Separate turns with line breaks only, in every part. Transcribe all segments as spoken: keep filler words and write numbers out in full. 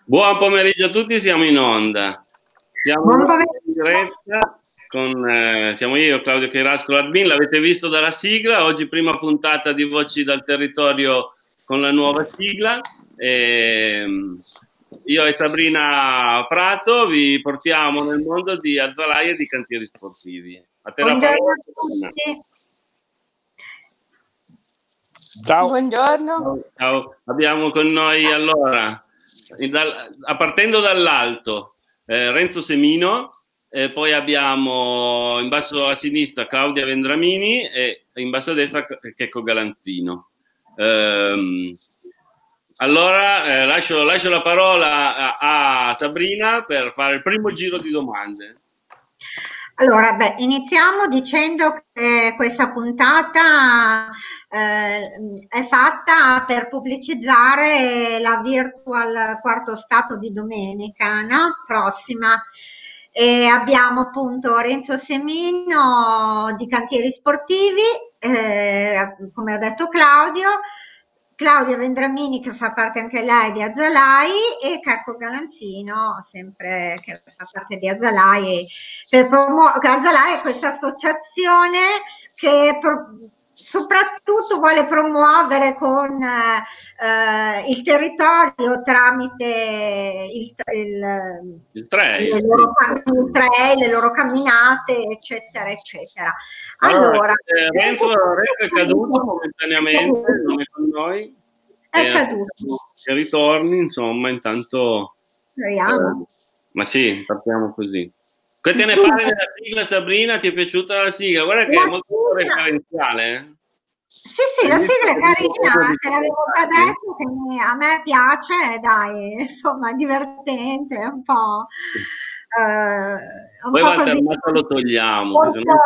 Buon pomeriggio a tutti, siamo in onda. Siamo in diretta con, eh, siamo io, Claudio Cherasco, l'admin, l'avete visto dalla sigla, oggi prima puntata di Voci dal Territorio con la nuova sigla. E, io e Sabrina Prato vi portiamo nel mondo di Azzalai e di cantieri sportivi. A te la parola.
Ciao.
Buongiorno.
Ciao, ciao. Abbiamo con noi allora, a partendo dall'alto, eh, Renzo Semino, eh, poi abbiamo in basso a sinistra Claudia Vendramini e in basso a destra Checco Galanzino. Ehm, allora eh, lascio, lascio la parola a, a Sabrina per fare il primo giro di domande.
Allora, beh, iniziamo dicendo che questa puntata eh, è fatta per pubblicizzare la Virtual Quarto Stato di domenica, no? Prossima. E abbiamo appunto Renzo Semino di Cantieri Sportivi, eh, come ha detto Claudio, Claudia Vendramini che fa parte anche lei di Azzalai e Checco Galanzino sempre che fa parte di Azzalai. Per promuovere Azzalai è questa associazione che pro- soprattutto vuole promuovere con eh, il territorio tramite il, il,
il trail,
le, loro, il trail, le loro camminate, eccetera, eccetera. Allora,
allora eh, Renzo, Renzo è caduto momentaneamente, non è con noi.
È
eh,
caduto.
Che ritorni, insomma, intanto.
Speriamo.
Eh, ma sì, partiamo così. Che te ne pare della sigla, Sabrina? Ti è piaciuta la sigla? Guarda che
la
è molto referenziale. Eh?
Sì, sì, la sigla è carina, te l'avevo già detto che mi, a me piace, dai, insomma, è divertente, è un po'... Eh, un
Poi
po'
Walter Matta lo togliamo, che sennò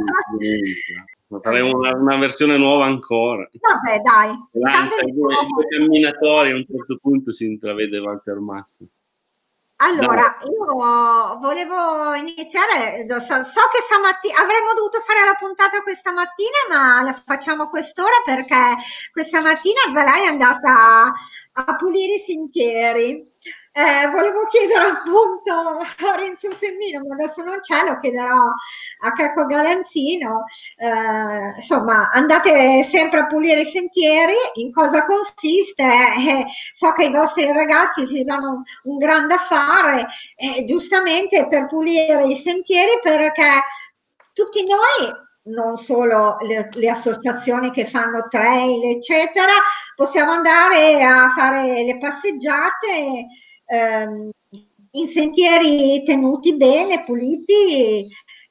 ma faremo una, una versione nuova ancora.
Vabbè, dai.
Lancia i due, i due camminatori, a un certo punto si intravede Walter Massa.
Allora, dai. Io volevo iniziare, so, so che stamattina avremmo dovuto fare la puntata questa mattina, ma la facciamo a quest'ora perché questa mattina Azzalai è andata a pulire i sentieri. Eh, volevo chiedere appunto a Renzo Semino, ma adesso non c'è, lo chiederò a Checco Galanzino. Eh, insomma, andate sempre a pulire i sentieri, in cosa consiste? Eh, so che i vostri ragazzi si danno un, un grande affare, eh, giustamente per pulire i sentieri, perché tutti noi, non solo le, le associazioni che fanno trail, eccetera, possiamo andare a fare le passeggiate ehm, in sentieri tenuti bene, puliti.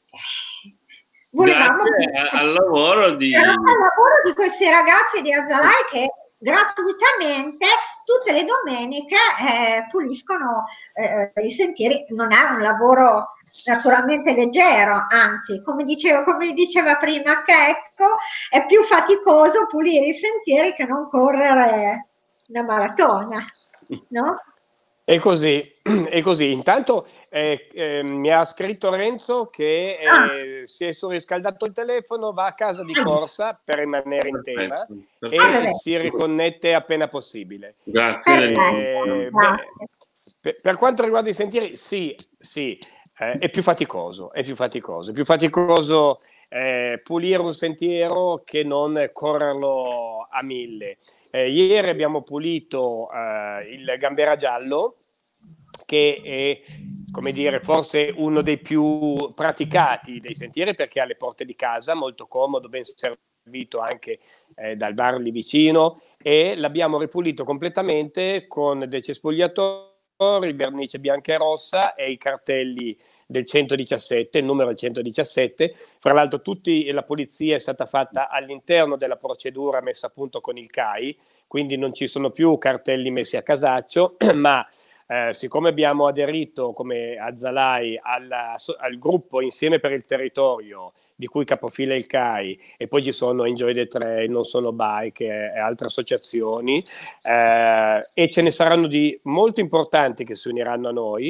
Volevamo grazie al lavoro di...
al lavoro di questi ragazzi di Azzalai che gratuitamente tutte le domeniche eh, puliscono eh, i sentieri. Non è un lavoro naturalmente leggero, anzi, come dicevo, come diceva prima Checco, è più faticoso pulire i sentieri che non correre una maratona, no?
È così, è così. Intanto eh, eh, mi ha scritto Renzo che eh, ah. si è surriscaldato il telefono, va a casa di corsa per rimanere in tema e ah, si riconnette appena possibile.
Grazie.
Eh, beh, per, per quanto riguarda i sentieri, sì, sì, eh, è più faticoso, è più faticoso, è più faticoso eh, pulire un sentiero che non correrlo a mille. Eh, ieri abbiamo pulito eh, il Gambera Giallo, che è, come dire, forse uno dei più praticati dei sentieri perché è alle porte di casa, molto comodo, ben servito anche eh, dal bar lì vicino, e l'abbiamo ripulito completamente con dei cespugliatori, vernice bianca e rossa e i cartelli del centodiciassette, il numero centodiciassette. Fra l'altro tutti, la pulizia è stata fatta all'interno della procedura messa a punto con il C A I, quindi non ci sono più cartelli messi a casaccio, ma eh, siccome abbiamo aderito come Azzalai alla, al gruppo Insieme per il Territorio, di cui capofila il C A I, e poi ci sono Enjoy the Trail, Non Sono Bike e, e altre associazioni, eh, e ce ne saranno di molto importanti che si uniranno a noi.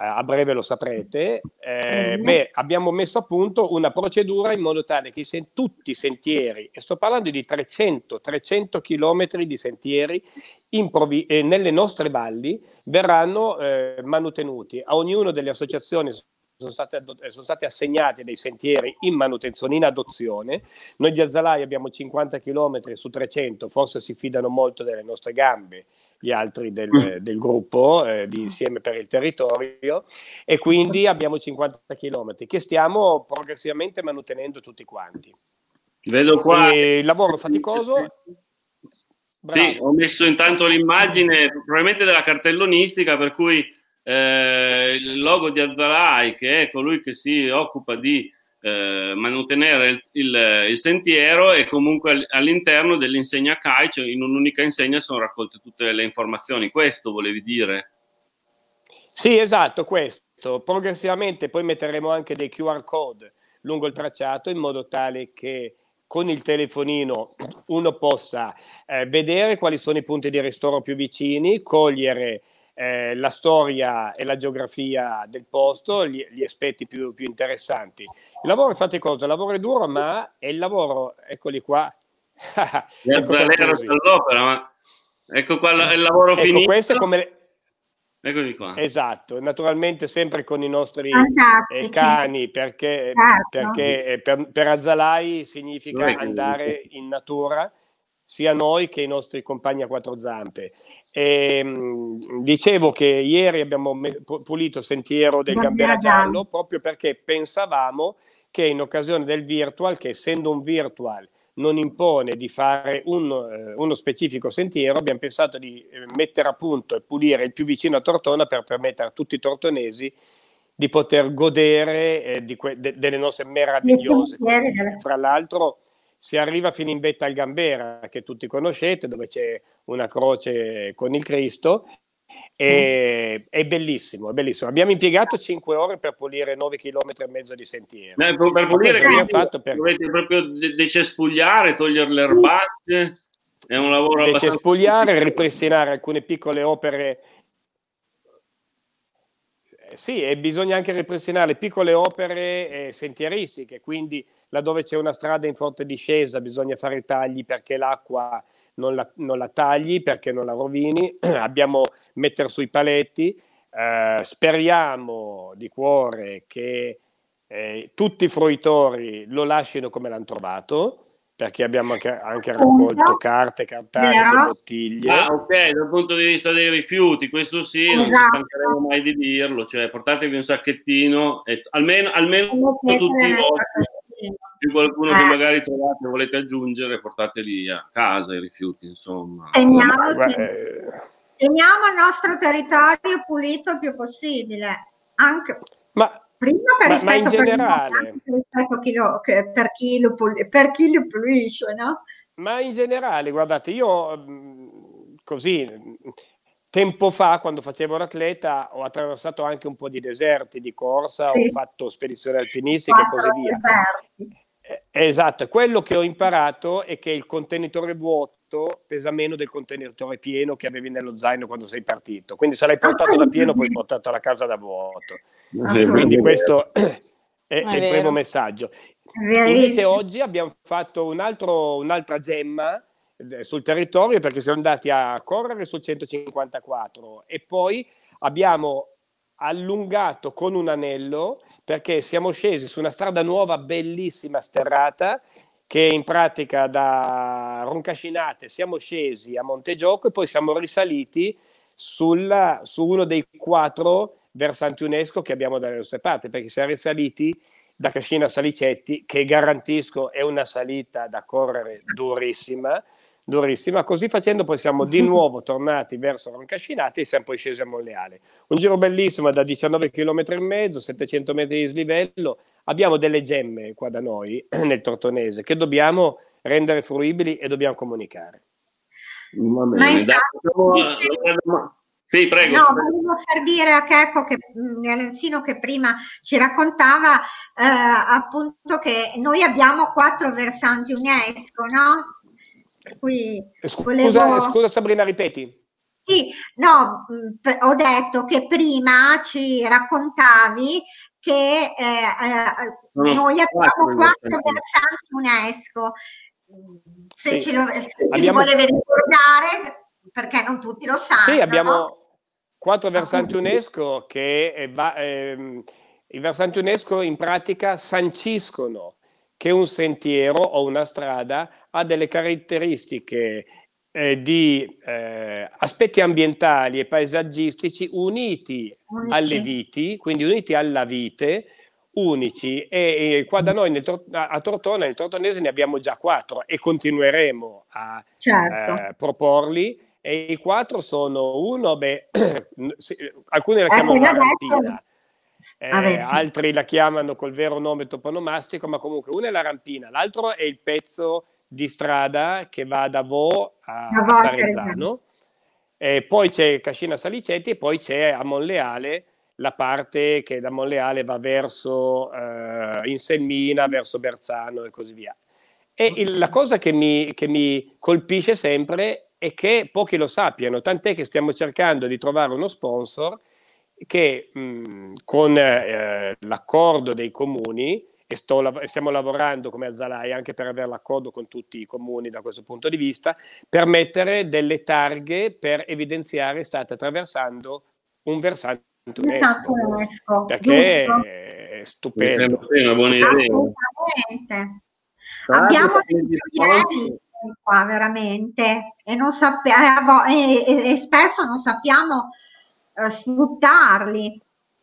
a breve lo saprete, eh, beh, abbiamo messo a punto una procedura in modo tale che sen- tutti i sentieri, e sto parlando di trecento chilometri di sentieri in provi- eh, nelle nostre valli, verranno eh, manutenuti. A ognuno delle associazioni sono state, sono state assegnate dei sentieri in manutenzione, in adozione. Noi di Azzalai abbiamo cinquanta chilometri su trecento, forse si fidano molto delle nostre gambe gli altri del, del gruppo eh, di Insieme per il Territorio, e quindi abbiamo cinquanta chilometri che stiamo progressivamente manutenendo tutti quanti.
Vedo qua
e il lavoro faticoso. Bravo.
Sì, ho messo intanto l'immagine probabilmente della cartellonistica, per cui eh, il logo di Azzalai, che è colui che si occupa di eh, mantenere il, il, il sentiero, e comunque all'interno dell'insegna C A I, cioè in un'unica insegna sono raccolte tutte le informazioni. Questo volevi dire?
Sì, esatto, questo. Progressivamente poi metteremo anche dei Q R code lungo il tracciato, in modo tale che con il telefonino uno possa eh, vedere quali sono i punti di ristoro più vicini, cogliere eh, la storia e la geografia del posto, gli, gli aspetti più, più interessanti. Il lavoro è faticoso, il lavoro è duro, ma è il lavoro, eccoli qua.
ecco dall'opera, ma ecco qua il lavoro
ecco,
finito.
Questo è come...
Eccoli qua.
Esatto, naturalmente sempre con i nostri eh, cani, perché,
certo.
perché per, per Azzalai significa andare in natura, sia noi che i nostri compagni a quattro zampe. E, mh, dicevo che ieri abbiamo pulito il sentiero del Gambera Giallo, proprio perché pensavamo che in occasione del virtual, che essendo un virtual non impone di fare un, eh, uno specifico sentiero, abbiamo pensato di eh, mettere a punto e pulire il più vicino a Tortona, per permettere a tutti i tortonesi di poter godere eh, di que- de- delle nostre meravigliose colline. Fra l'altro si arriva fino in vetta al Gambera, che tutti conoscete, dove c'è una croce con il Cristo. E, è bellissimo, è bellissimo. Abbiamo impiegato cinque ore per pulire nove chilometri e mezzo di sentiero.
Eh, per pulire che fatto per... dovete proprio decespugliare, togliere le erbacce. È un lavoro
decespugliare, abbastanza... ripristinare alcune piccole opere. Eh, sì, e bisogna anche ripristinare piccole opere eh, sentieristiche, quindi laddove c'è una strada in forte discesa bisogna fare i tagli perché l'acqua non la, non la tagli, perché non la rovini. Abbiamo mettere sui paletti. Eh, speriamo di cuore che eh, tutti i fruitori lo lasciano come l'hanno trovato, perché abbiamo anche, anche raccolto carte, cartacee, bottiglie.
Ah, ok, dal punto di vista dei rifiuti, questo sì, esatto. Non ci stancheremo mai di dirlo, cioè portatevi un sacchettino, e almeno, almeno tutti i vostri, più qualcuno eh. che magari trovate e volete aggiungere, portateli a casa i rifiuti, insomma.
Teniamo, teniamo il nostro territorio pulito il più possibile, anche...
Ma... Prima per ma, ma in generale
per chi, lo, per, chi lo, per chi lo pulisce, no?
Ma in generale, guardate, io così tempo fa, quando facevo l'atleta, ho attraversato anche un po' di deserti di corsa, sì. Ho fatto spedizioni alpinistiche e così via. Eh, esatto, quello che ho imparato è che il contenitore vuoto pesa meno del contenitore pieno che avevi nello zaino quando sei partito, quindi se l'hai portato da pieno poi portato alla casa da vuoto. Quindi questo è, è il primo messaggio. Invece oggi abbiamo fatto un altro, un'altra gemma sul territorio, perché siamo andati a correre sul centocinquantaquattro e poi abbiamo allungato con un anello, perché siamo scesi su una strada nuova bellissima sterrata, che in pratica da Roncascinate siamo scesi a Montegioco e poi siamo risaliti sul, su uno dei quattro versanti UNESCO che abbiamo dalle nostre parti, perché siamo risaliti da Cascina a Salicetti, che garantisco è una salita da correre durissima, durissima. Così facendo poi siamo di nuovo tornati verso Roncascinate e siamo poi scesi a Monleale. Un giro bellissimo da diciannove chilometri e mezzo, settecento metri di slivello. Abbiamo delle gemme qua da noi nel Tortonese che dobbiamo rendere fruibili e dobbiamo comunicare.
Va bene, infatti, sì, prego.
No, volevo far dire a Checco, che Lenzino, che prima ci raccontava eh, appunto che noi abbiamo quattro versanti UNESCO, no? Per cui
scusa,
volevo...
scusa Sabrina, ripeti.
Sì, Sì, no, mh, ho detto che prima ci raccontavi che eh, eh,
Sono
noi abbiamo quattro
versanti.
versanti UNESCO. Se,
Sì.
ce lo, se
Abbiamo...
li volevi ricordare, perché non tutti lo sanno.
Sì, abbiamo quattro versanti
Appunto.
UNESCO che eh, va, ehm, i versanti UNESCO in pratica sanciscono che un sentiero o una strada ha delle caratteristiche eh, di eh, aspetti ambientali e paesaggistici uniti alle
Unici.
viti, quindi uniti alla vite, unici. E, e qua da noi nel, a Tortona, nel Tortonese, ne abbiamo già quattro e continueremo a
Certo.
eh, proporli. E i quattro sono uno, beh, alcuni la
È
chiamano
appena
la rampina,
detto.
eh,
Vabbè, sì.
altri la chiamano col vero nome toponomastico, ma comunque una è la rampina, l'altro è il pezzo di strada che va da Vo a,
Una
a
volta
Sarezzano, e poi c'è Cascina Salicetti e poi c'è a Monleale la parte che da Monleale va verso eh, Inselmina, verso Berzano e così via. E il, la cosa che mi, che mi colpisce sempre è che pochi lo sappiano, tant'è che stiamo cercando di trovare uno sponsor che mh, con eh, l'accordo dei comuni, e sto, stiamo lavorando come Azzalai anche per avere l'accordo con tutti i comuni da questo punto di vista, per mettere delle targhe per evidenziare state attraversando un versante UNESCO,
UNESCO,
perché
giusto?
è
Mi
stupendo.
sembra una buona idea.
Assolutamente.
Tra l'altro,
Abbiamo
parli
dei
di
gioielli
sponsor.
qua veramente e, non sappiamo, e, e- e spesso non sappiamo eh, sfruttarli.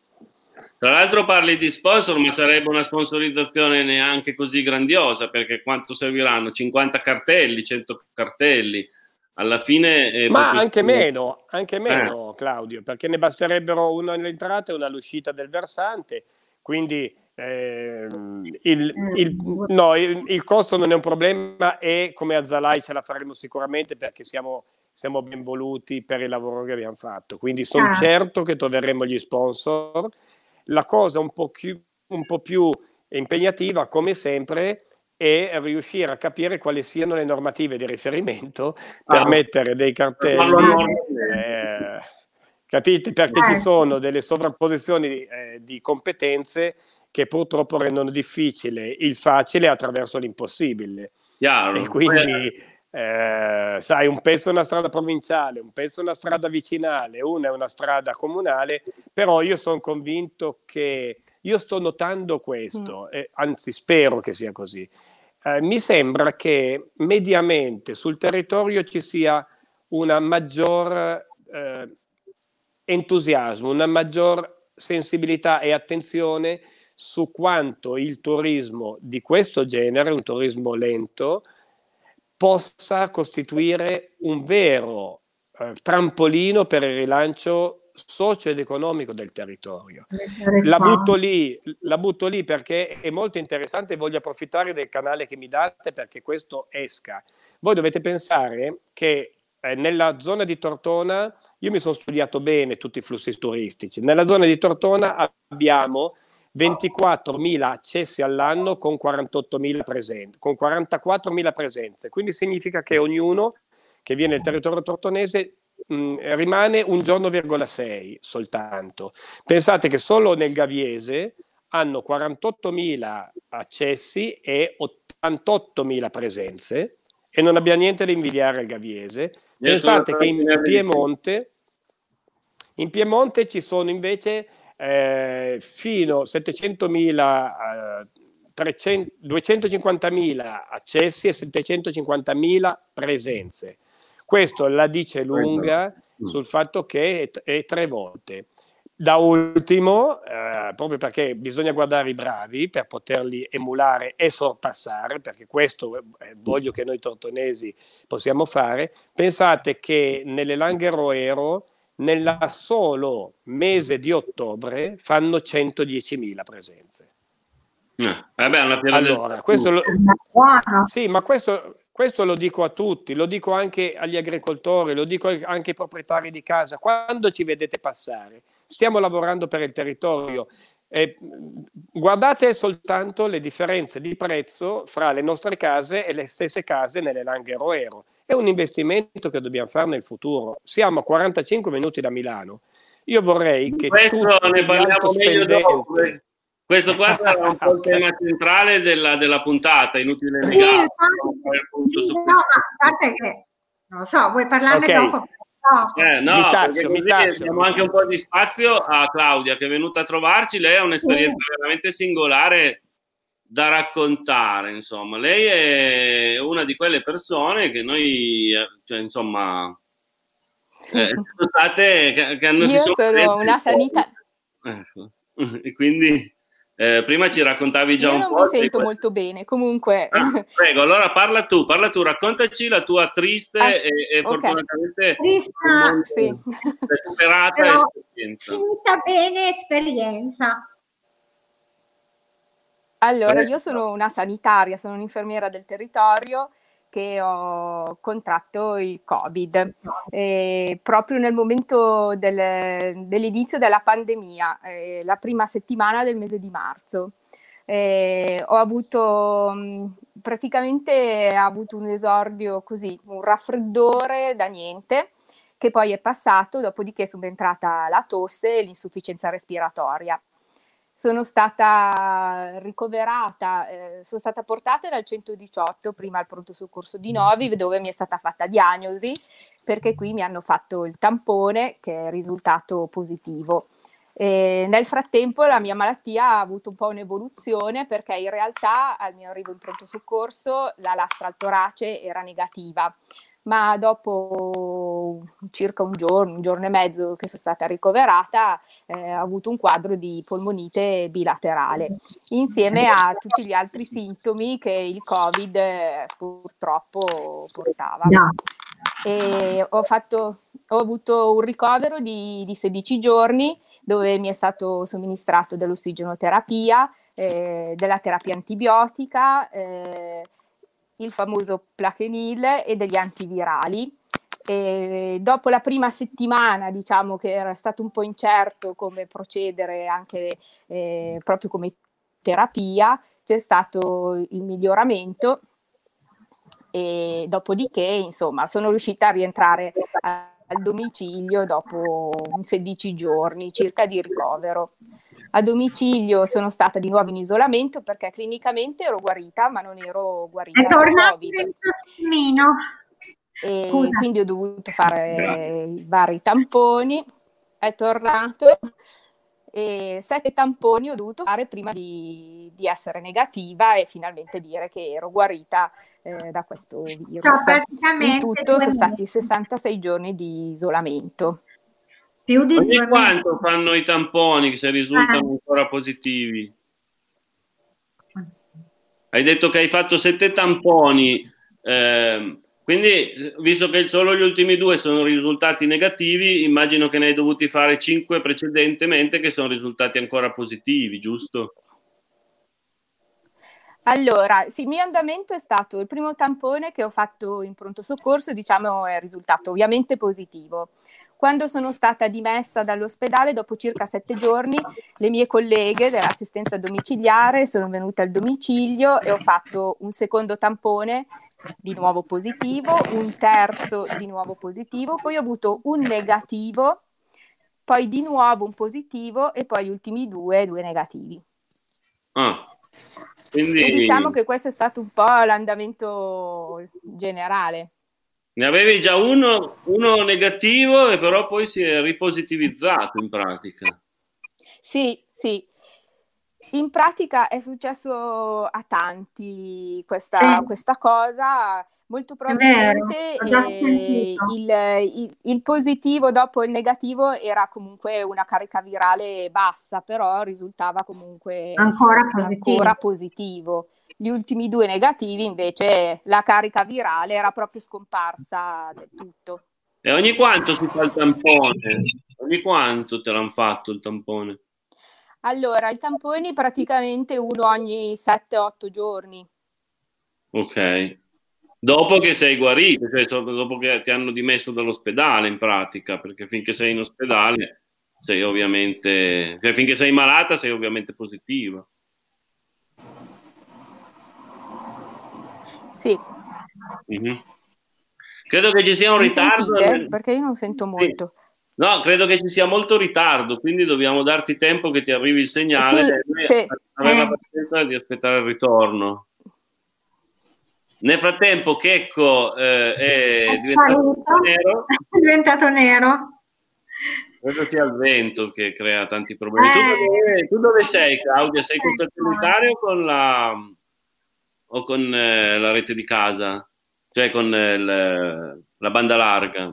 Tra l'altro parli di sponsor, ma sarebbe una sponsorizzazione neanche così grandiosa, perché quanto serviranno? cinquanta cartelli, cento cartelli. Alla fine è
Ma
proprio...
anche meno, anche
Eh.
meno, Claudio, perché ne basterebbero una all'entrata e una all'uscita del versante, quindi ehm, il, il- no, il, il costo non è un problema e come Azzalai ce la faremo sicuramente perché siamo, siamo ben voluti per il lavoro che abbiamo fatto, quindi sono
Ah.
certo che troveremo gli sponsor. La cosa un po' più, un po' più impegnativa, come sempre, è riuscire a capire quali siano le normative di riferimento per
Ah,
mettere dei cartelli, eh, capite? Perché ci sono delle sovrapposizioni eh, di competenze che purtroppo rendono difficile il facile attraverso l'impossibile.
chiaro.
E quindi, eh, sai, un pezzo è una strada provinciale, un pezzo è una strada vicinale, una è una strada comunale, però io sono convinto che, io sto notando questo, mm. eh, anzi spero che sia così. Eh, mi sembra che mediamente sul territorio ci sia una maggior eh, entusiasmo, una maggior sensibilità e attenzione su quanto il turismo di questo genere, un turismo lento, possa costituire un vero eh, trampolino per il rilancio socio ed economico del territorio. La butto lì, la butto lì perché è molto interessante e voglio approfittare del canale che mi date perché questo esca. Voi dovete pensare che eh, nella zona di Tortona, io mi sono studiato bene tutti i flussi turistici, nella zona di Tortona abbiamo ventiquattromila accessi all'anno con quarantottomila presenze, con quarantaquattromila presenze, quindi significa che ognuno che viene nel territorio tortonese mh, rimane un giorno virgola sei soltanto. Pensate che solo nel Gaviese hanno quarantottomila accessi e ottantottomila presenze e non abbiamo niente da invidiare al Gaviese. Pensate che in Piemonte, in Piemonte ci sono invece eh, fino a settecentomila, eh, duecentocinquantamila accessi e settecentocinquantamila presenze. Questo la dice lunga sul fatto che è, è tre volte. Da ultimo, eh, proprio perché bisogna guardare i bravi per poterli emulare e sorpassare, perché questo eh, voglio che noi tortonesi possiamo fare, pensate che nelle Langhe Roero nel solo mese di ottobre fanno centodiecimila presenze.
Eh, vabbè, una
allora, questo lo, sì, ma questo, questo lo dico a tutti, lo dico anche agli agricoltori, lo dico anche ai proprietari di casa. Quando ci vedete passare, stiamo lavorando per il territorio. Eh, guardate soltanto le differenze di prezzo fra le nostre case e le stesse case nelle Langhe Roero è un investimento che dobbiamo fare nel futuro. Siamo a quarantacinque minuti da Milano. Io vorrei che
questo
tutti
ne parliamo meglio dopo. Questo qua sarà un po' il tema centrale della, della puntata, inutile
Sì,
negare.
infatti, sì, no, ma a parte che, non lo so, vuoi parlarne
Ok.
dopo? No.
Eh, no,
Mi
perché
taccio, mi
così
taccio,
diamo
mi
anche un
taccio.
po' di spazio a Claudia che è venuta a trovarci. Lei ha un'esperienza
Sì.
veramente singolare da raccontare, insomma. Lei è una di quelle persone che noi, eh, cioè, insomma, eh, sono state che, che hanno, si
Io
sono
sono
prese
una
il
sanità.
Covid. Ecco. E quindi eh, prima ci raccontavi già
Io
un
non
po'
mi sento
di...
molto bene, comunque.
Ah, prego, allora parla tu, parla tu, raccontaci la tua triste
Ah,
e, e
ok.
fortunatamente
Trista,
Sì.
superata
però
esperienza.
finita bene esperienza.
Allora,
Eh.
io sono una sanitaria, sono un'infermiera del territorio che ho contratto il Covid eh, proprio nel momento del, dell'inizio della pandemia, eh, la prima settimana del mese di marzo. Eh, ho avuto mh, praticamente ha avuto un esordio così, un raffreddore da niente, che poi è passato, dopodiché è subentrata la tosse e l'insufficienza respiratoria. Sono stata ricoverata, eh, sono stata portata dal centodiciotto, prima al pronto soccorso di Novi, dove mi è stata fatta diagnosi, perché qui mi hanno fatto il tampone che è risultato positivo. E nel frattempo la mia malattia ha avuto un po' un'evoluzione, perché in realtà al mio arrivo in pronto soccorso la lastra al torace era negativa, ma dopo circa un giorno, un giorno e mezzo che sono stata ricoverata, eh, ho avuto un quadro di polmonite bilaterale, insieme a tutti gli altri sintomi che il Covid eh, purtroppo portava.
No.
E ho, fatto, ho avuto un ricovero di, di sedici giorni, dove mi è stato somministrato dell'ossigenoterapia, eh, della terapia antibiotica, eh, il famoso Plaquenil e degli antivirali. E dopo la prima settimana, diciamo che era stato un po' incerto come procedere anche eh, proprio come terapia, c'è stato il miglioramento e dopodiché, insomma, sono riuscita a rientrare a, al domicilio dopo sedici giorni circa di ricovero. A domicilio sono stata di nuovo in isolamento perché clinicamente ero guarita, ma non ero guarita
È
dal
tornato
Covid.
il tasmino.
E
Scusa.
quindi ho dovuto fare i vari tamponi, è tornato, e sette tamponi ho dovuto fare prima di, di essere negativa e finalmente dire che ero guarita eh, da questo virus.
Cioè,
In
praticamente
tutto
due
sono stati
mesi.
sessantasei giorni di isolamento.
Più di
Ogni
due
quanto
mesi.
fanno i tamponi se risultano
Eh.
ancora positivi? Hai detto che hai fatto sette tamponi, ehm, quindi visto che solo gli ultimi due sono risultati negativi, immagino che ne hai dovuti fare cinque precedentemente che sono risultati ancora positivi, giusto?
Allora, sì, il mio andamento è stato il primo tampone che ho fatto in pronto soccorso, diciamo, è risultato ovviamente positivo. Quando sono stata dimessa dall'ospedale, dopo circa sette giorni, le mie colleghe dell'assistenza domiciliare sono venute al domicilio e ho fatto un secondo tampone di nuovo positivo, un terzo di nuovo positivo, poi ho avuto un negativo, poi di nuovo un positivo e poi gli ultimi due, due negativi.
Ah, quindi
E diciamo che questo è stato un po' l'andamento generale.
ne avevi già uno, uno negativo e però poi si è ripositivizzato in pratica.
Sì, sì. In pratica è successo a tanti questa,
Sì.
questa cosa. Molto
È vero,
probabilmente
ho già
eh,
sentito.
il, il, il positivo dopo il negativo era comunque una carica virale bassa, però risultava comunque
Ancora positivo.
ancora positivo. Gli ultimi due negativi invece la carica virale era proprio scomparsa del tutto.
E ogni quanto si fa il tampone? Ogni quanto te l'hanno fatto il tampone?
Allora, i tamponi praticamente uno ogni sette otto giorni.
Ok. Dopo che sei guarito, cioè dopo che ti hanno dimesso dall'ospedale in pratica, perché finché sei in ospedale sei ovviamente, cioè finché sei malata sei ovviamente positiva.
Sì.
Mm-hmm. Credo che ci sia un
Mi
ritardo.
sentite?
Nel...
Perché io non sento
Sì.
molto.
No, credo che ci sia molto ritardo, quindi dobbiamo darti tempo che ti arrivi il segnale.
Sì,
e noi
sì.
avere la
Eh.
pazienza di aspettare il ritorno. Nel frattempo Checco eh, è diventato nero.
È diventato nero.
Credo sia il vento che crea tanti problemi.
Eh.
Tu, dove, tu dove sei, Claudia? Sei col satellitare o con la, o con, eh, la rete di casa? Cioè con eh, il, la banda larga?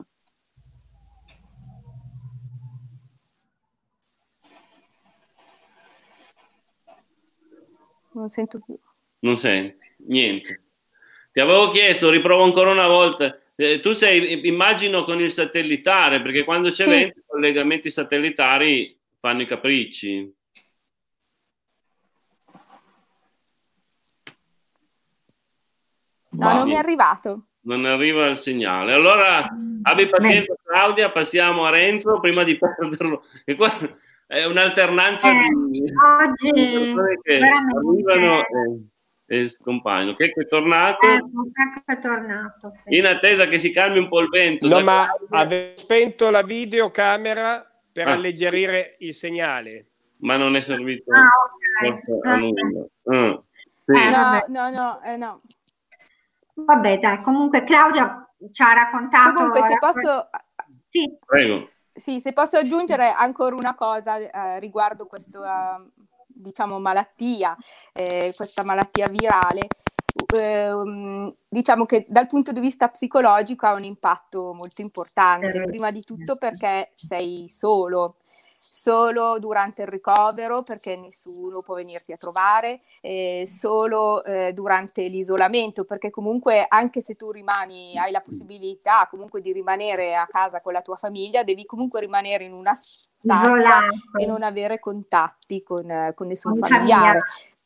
Non sento più.
Non senti? Niente. Ti avevo chiesto, riprovo ancora una volta. Eh, tu sei, immagino, con il satellitare, perché quando c'è
Sì.
vento i collegamenti satellitari fanno i capricci.
No, non mi è arrivato.
Non arriva il segnale. Allora abbi pazienza, Claudia, passiamo a Renzo prima di perderlo. E qua è un'alternanza
Eh,
di,
oggi
di persone che
veramente
arrivano e, e scompaiono. Che è tornato?
Ecco, è tornato.
In attesa che si calmi un po' il vento.
No,
da
ma
Claudia.
avevo spento la videocamera per
Ah.
alleggerire il segnale.
Ma non è servito
Ah, ok.
a nulla. Ah, sì.
Eh,
No,
vabbè.
no, no, eh, no.
Vabbè, dai, comunque Claudia ci ha raccontato.
Comunque, se posso,
Sì.
Prego.
sì, se posso aggiungere ancora una cosa eh, riguardo questa, diciamo, malattia, eh, questa malattia virale, eh, diciamo che dal punto di vista psicologico ha un impatto molto importante, prima di tutto perché sei solo. Solo durante il ricovero perché nessuno può venirti a trovare, eh, solo eh, durante l'isolamento perché comunque anche se tu rimani, hai la possibilità comunque di rimanere a casa con la tua famiglia, devi comunque rimanere in una stanza
Isolato.
e non avere contatti con, con nessun
Con
familiare.
famiglia.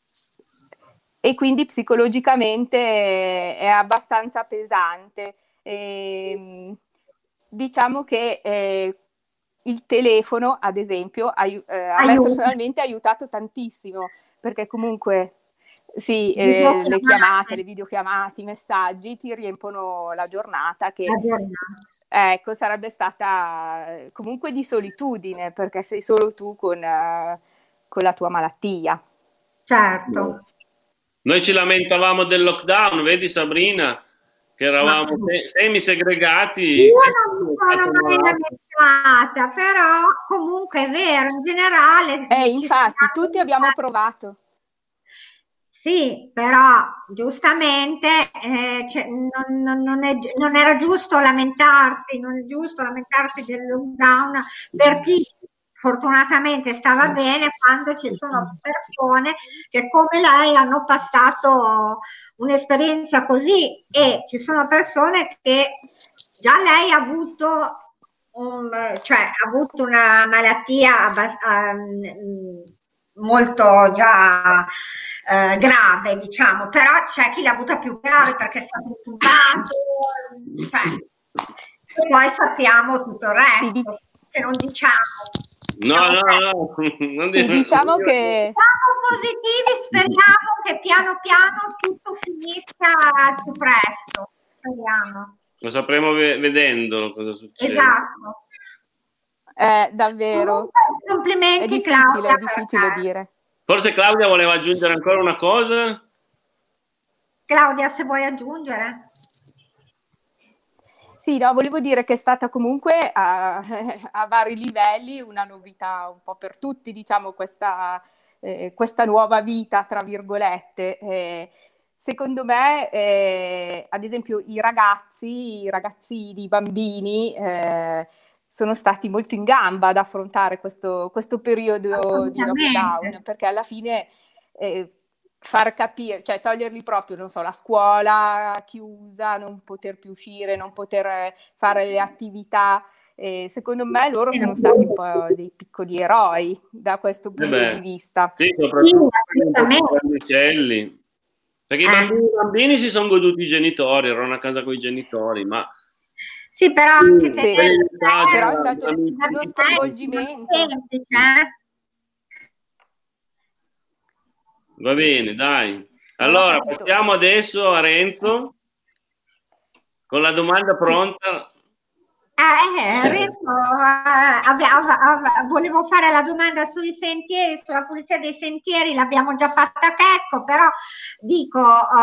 E quindi psicologicamente è abbastanza pesante. E, diciamo che eh, il telefono, ad esempio, ai- eh, a me
Aiuta.
personalmente ha aiutato tantissimo, perché comunque sì, eh, le chiamate, le videochiamate, i messaggi ti riempono la giornata che,
La giornata.
ecco, sarebbe stata eh, comunque di solitudine, perché sei solo tu con, eh, con la tua malattia.
Certo.
Noi ci lamentavamo del lockdown, vedi Sabrina, che eravamo se- semi-segregati.
Io non mi sono mai lamentata, però comunque è vero, in generale.
Eh,
ci
infatti,
sono-
tutti abbiamo provato.
Sì, però giustamente eh, cioè, non, non- non è gi- non era giusto lamentarsi, non è giusto lamentarsi del lockdown per chi fortunatamente stava bene quando ci sono persone che come lei hanno passato un'esperienza così e ci sono persone che già lei ha avuto, un, cioè, ha avuto una malattia abbast- ehm, molto già eh, grave, diciamo, però c'è chi l'ha avuta più grave perché è stato intubato, cioè, e poi sappiamo tutto il resto,
Sì, di-
che non diciamo.
No, no, no. Non
Sì,
dire-
diciamo
non dire-
che
Siamo positivi, speriamo che piano piano tutto finisca al più presto. Speriamo.
Lo sapremo ve- vedendolo cosa succede.
Esatto.
è davvero,
Comunque,
è
complimenti
difficile,
Claudia.
è difficile
perché-
dire.
Forse Claudia voleva aggiungere ancora una cosa?
Claudia, se vuoi aggiungere.
Sì, no, volevo dire che è stata comunque a, a vari livelli una novità un po' per tutti, diciamo, questa, eh, questa nuova vita, tra virgolette. Eh, secondo me, eh, ad esempio, i ragazzi, i ragazzini, i bambini eh, sono stati molto in gamba ad affrontare questo, questo periodo di
Assolutamente.
lockdown, perché alla fine eh, far capire, cioè toglierli proprio, non so, la scuola chiusa, non poter più uscire, non poter eh, fare le attività. Eh, secondo me loro sono stati un po' dei piccoli eroi da questo
Eh
punto
beh,
di vista.
sì, soprattutto
Sì,
per i
assolutamente.
grandicelli. Perché i
Eh.
bambini, i bambini si sono goduti i genitori, erano a casa con i genitori, ma
Sì, però anche
Sì,
tenere
quelli
il
di casa,
Però è
tempo,
stato
amici.
uno
è
sconvolgimento.
semplice, eh.
Va bene, dai.
Non ho
Allora,
capito.
passiamo adesso a Renzo con la domanda pronta.
Eh, Renzo, eh, ave- ave- ave- volevo fare la domanda sui sentieri, sulla pulizia dei sentieri, l'abbiamo già fatta a Checco, però dico,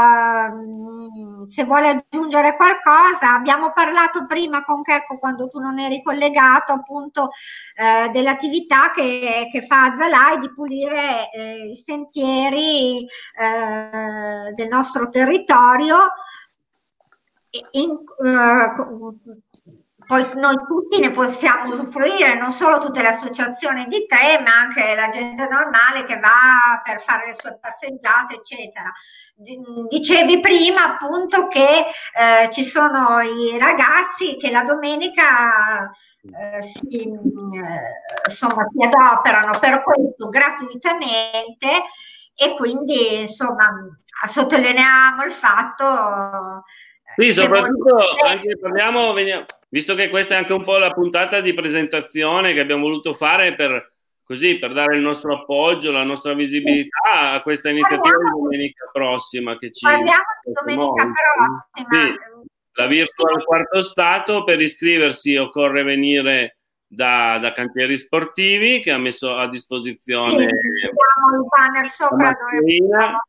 ehm, se vuole aggiungere qualcosa, abbiamo parlato prima con Checco quando tu non eri collegato, appunto, eh, dell'attività che, che fa Azzalai di pulire eh, i sentieri eh, del nostro territorio. In, uh, poi noi tutti ne possiamo usufruire, non solo tutte le associazioni di tre, ma anche la gente normale che va per fare le sue passeggiate, eccetera. Dicevi prima appunto che eh, ci sono i ragazzi che la domenica eh, si, eh, insomma, si adoperano per questo gratuitamente, e quindi insomma sottolineiamo il fatto.
Sì, soprattutto anche parliamo, veniamo, visto che questa è anche un po' la puntata di presentazione che abbiamo voluto fare per, così, per dare il nostro appoggio, la nostra visibilità a questa iniziativa di domenica prossima. Che ci
parliamo di domenica prossima.
Sì, la Virtual Quarto Stato. Per iscriversi occorre venire da, da Cantieri Sportivi, che ha messo a disposizione
sì, il banner sopra
la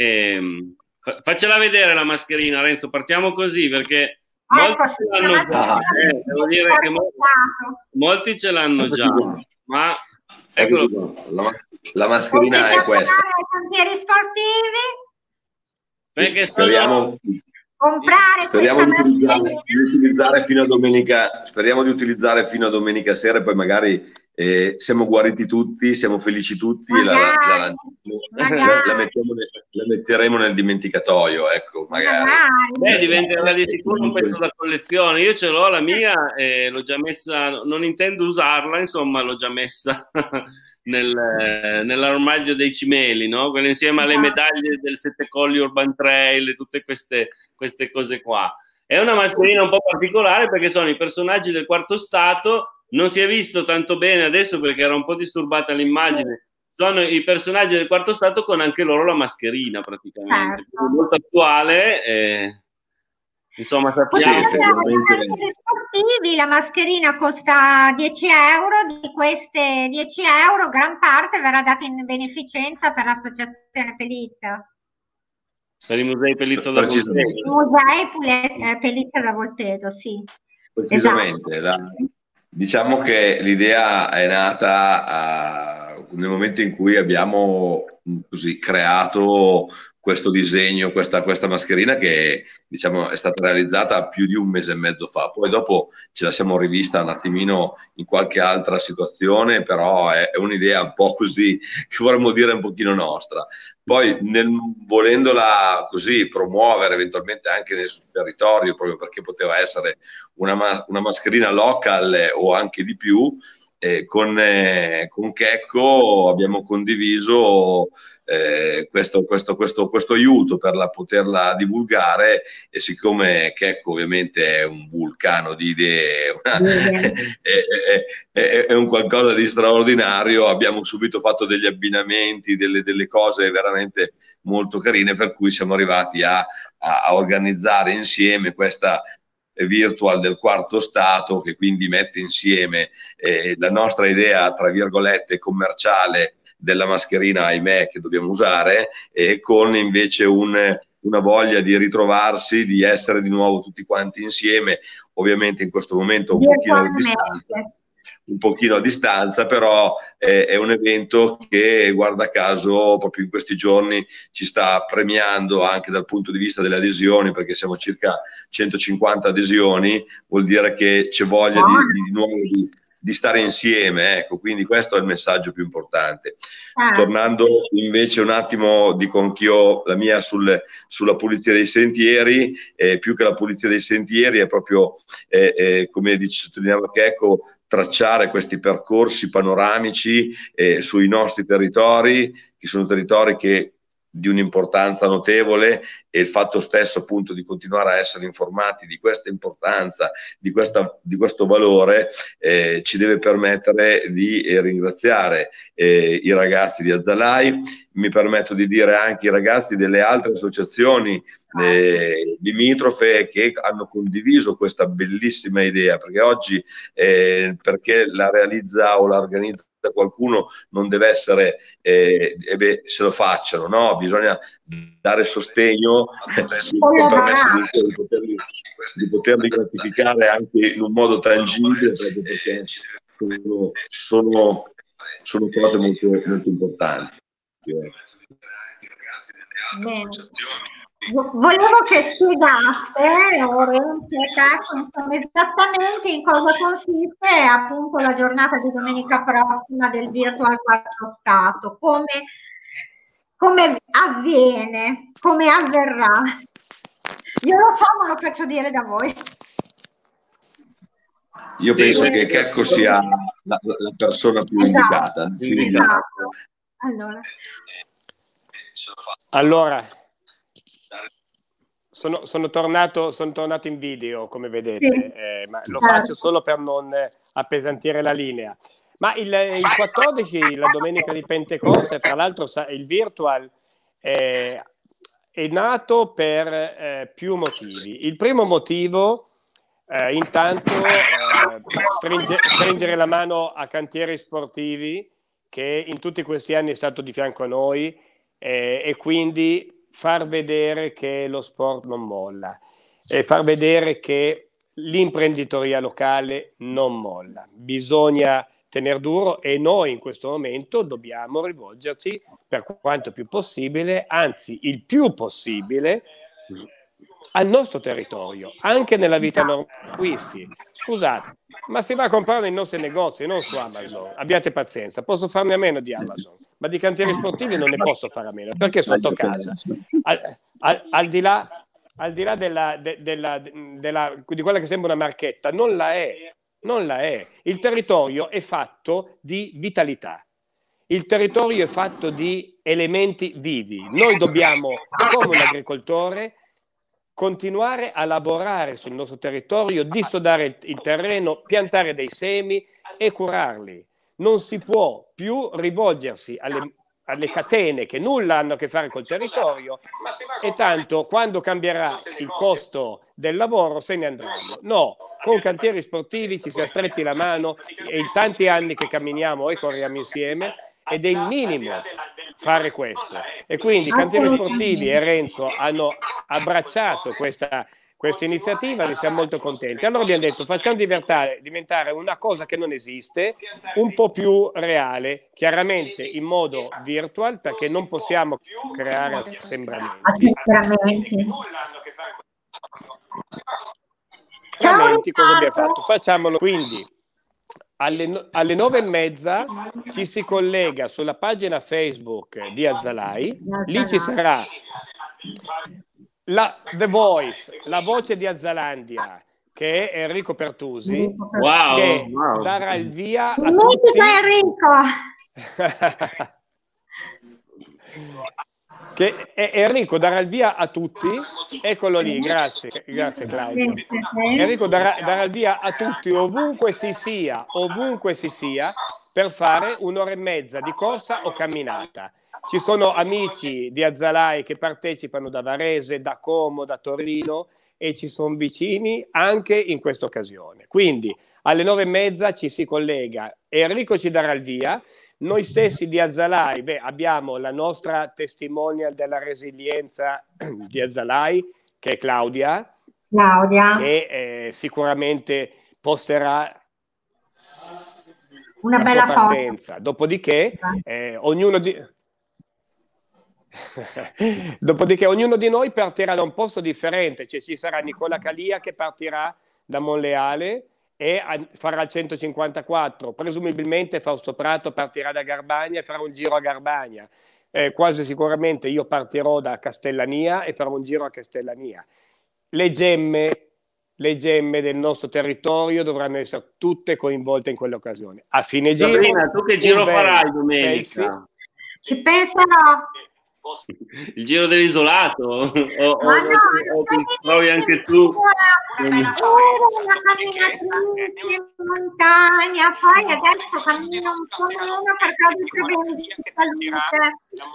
e, faccela vedere la mascherina, Renzo, partiamo così, perché molti
ecco,
ce l'hanno già, eh, devo dire che molti, molti ce l'hanno già, ma eccolo.
La, la mascherina è questa.
Cantieri Sportivi,
perché
speriamo,
sono...
comprare
speriamo di utilizzare, di utilizzare fino a domenica, speriamo di utilizzare fino a domenica sera, e poi magari eh, siamo guariti tutti, siamo felici tutti, e la, la, la, la, la, mettiamo, la metteremo nel dimenticatoio, ecco, magari.
Beh, diventerà di sicuro un pezzo da collezione. Io ce l'ho la mia e l'ho già messa, non intendo usarla, insomma l'ho già messa nel, nell'armadio dei cimeli, no? Quelle insieme alle medaglie del Sette Colli Urban Trail e tutte queste, queste cose qua. È una mascherina un po' particolare perché sono i personaggi del Quarto Stato. Non si è visto tanto bene adesso perché era un po' disturbata l'immagine. Sono i personaggi del Quarto Stato con anche loro la mascherina praticamente.
Certo.
Molto attuale. E, insomma, sappiamo.
Sì, sportivi, la mascherina costa dieci euro, di queste dieci euro gran parte verrà data in beneficenza per l'associazione Pelizza.
Per i musei Pelizza da Volpedo.
I musei Pelizza da Volpedo, sì.
Precisamente. Esatto. La... Diciamo che l'idea è nata uh, nel momento in cui abbiamo così creato questo disegno, questa, questa mascherina che diciamo è stata realizzata più di un mese e mezzo fa. Poi dopo ce la siamo rivista un attimino in qualche altra situazione, però è, è un'idea un po' così, che vorremmo dire un pochino nostra. Poi nel, volendola così promuovere eventualmente anche nel territorio, proprio perché poteva essere una, una mascherina local o anche di più, eh, con, eh, con Checco abbiamo condiviso eh, questo, questo, questo, questo aiuto per la, poterla divulgare, e siccome Checco ovviamente è un vulcano di idee, una, è, è, è, è un qualcosa di straordinario, abbiamo subito fatto degli abbinamenti, delle, delle cose veramente molto carine, per cui siamo arrivati a, a, a organizzare insieme questa virtual del Quarto Stato, che quindi mette insieme eh, la nostra idea tra virgolette commerciale della mascherina, ahimè, che dobbiamo usare, e con invece un, una voglia di ritrovarsi, di essere di nuovo tutti quanti insieme, ovviamente in questo momento un pochino a distanza, un pochino a distanza, però eh, è un evento che, guarda caso, proprio in questi giorni ci sta premiando anche dal punto di vista delle adesioni, perché siamo circa centocinquanta adesioni, vuol dire che c'è voglia di, di nuovo di, di stare insieme, ecco, quindi questo è il messaggio più importante. Ah. Tornando invece un attimo, dico anch'io la mia sul, sulla pulizia dei sentieri, eh, più che la pulizia dei sentieri è proprio, eh, eh, come dice, sottolineava Checco, tracciare questi percorsi panoramici eh, sui nostri territori, che sono territori che di un'importanza notevole, e il fatto stesso appunto di continuare a essere informati di questa importanza, di, questa, di questo valore, eh, ci deve permettere di eh, ringraziare eh, i ragazzi di Azzalai, mi permetto di dire anche i ragazzi delle altre associazioni eh, limitrofe che hanno condiviso questa bellissima idea, perché oggi eh, perché la realizza o la organizza qualcuno non deve essere eh, e beh, se lo facciano, no? Bisogna dare sostegno per permesso di, di, poterli, di poterli gratificare anche in un modo tangibile, perché sono, sono, sono cose molto, molto importanti.
Bene. Volevo che spiegasse esattamente in cosa consiste appunto la giornata di domenica prossima del Virtual Quarto Stato, come, come avviene, come avverrà. Io lo so, ma lo faccio dire da voi.
Io penso che Checco sia la, la persona più
esatto,
indicata.
Esatto. Allora.
Allora, sono, sono, tornato, sono tornato in video, come vedete, sì. eh, ma lo faccio solo per non appesantire la linea. Ma il, il quattordici, la domenica di Pentecoste, tra l'altro il virtual eh, è nato per eh, più motivi. Il primo motivo, eh, intanto, eh, stringe, stringere la mano a Cantieri Sportivi, che in tutti questi anni è stato di fianco a noi, eh, e quindi far vedere che lo sport non molla e far vedere che l'imprenditoria locale non molla. Bisogna tenere duro e noi in questo momento dobbiamo rivolgerci per quanto più possibile, anzi il più possibile, al nostro territorio, anche nella vita normale. Acquisti. Scusate, ma si va a comprare nei nostri negozi, non su Amazon. Abbiate pazienza, posso farne a meno di Amazon, ma di Cantieri Sportivi non ne posso fare a meno, perché sotto casa, al, al, al di là, al di là della, de, della, della, di quella che sembra una marchetta, non la è, non la è. Il territorio è fatto di vitalità. Il territorio è fatto di elementi vivi. Noi dobbiamo, come un agricoltore, continuare a lavorare sul nostro territorio, dissodare il, il terreno, piantare dei semi e curarli. Non si può più rivolgersi alle, alle catene che nulla hanno a che fare col territorio, e tanto quando cambierà il costo del lavoro se ne andranno. No, con Cantieri Sportivi ci si è stretti la mano, e in tanti anni che camminiamo e corriamo insieme, ed è il minimo fare questo. E quindi Cantieri Sportivi e Renzo hanno abbracciato questa, questa iniziativa, ne siamo molto contenti. Allora abbiamo detto, facciamo diventare, diventare una cosa che non esiste, un po' più reale, chiaramente in modo virtual, perché non possiamo creare assembramenti. Assembramenti, cosa abbiamo fatto? Facciamolo quindi. Alle, alle nove e mezza ci si collega sulla pagina Facebook di Azzalai, lì ci sarà la The Voice, la voce di Azzalandia, che è Enrico Pertusi,
wow,
che
wow.
darà il via a tutti. Che Enrico darà il via a tutti, eccolo lì, grazie, grazie Claudio. Enrico darà, darà il via a tutti, ovunque si sia, ovunque si sia, per fare un'ora e mezza di corsa o camminata. Ci sono amici di Azzalai che partecipano da Varese, da Como, da Torino, e ci sono vicini anche in questa occasione. Quindi alle nove e mezza ci si collega, Enrico ci darà il via. Noi stessi di Azzalai, beh, abbiamo la nostra testimonial della resilienza di Azzalai, che è Claudia,
Claudia.
che eh, sicuramente posterà
una
la
bella
sua partenza. Foto. Dopodiché, eh, ognuno di... Dopodiché ognuno di noi partirà da un posto differente, cioè ci sarà Nicola Calia che partirà da Monleale e farà il centocinquantaquattro, presumibilmente Fausto Prato partirà da Garbagna e farà un giro a Garbagna, eh, quasi sicuramente io partirò da Castellania e farò un giro a Castellania. Le gemme, le gemme del nostro territorio dovranno essere tutte coinvolte in quell'occasione. A fine giro,
Sabrina, tu che giro farai domenica?
Ci penserò.
Il giro dell'isolato o, o,
Ma no,
o ti trovi anche tu
una camminatrice in montagna, poi adesso cammino un po' meno perché ho dei problemi di salute,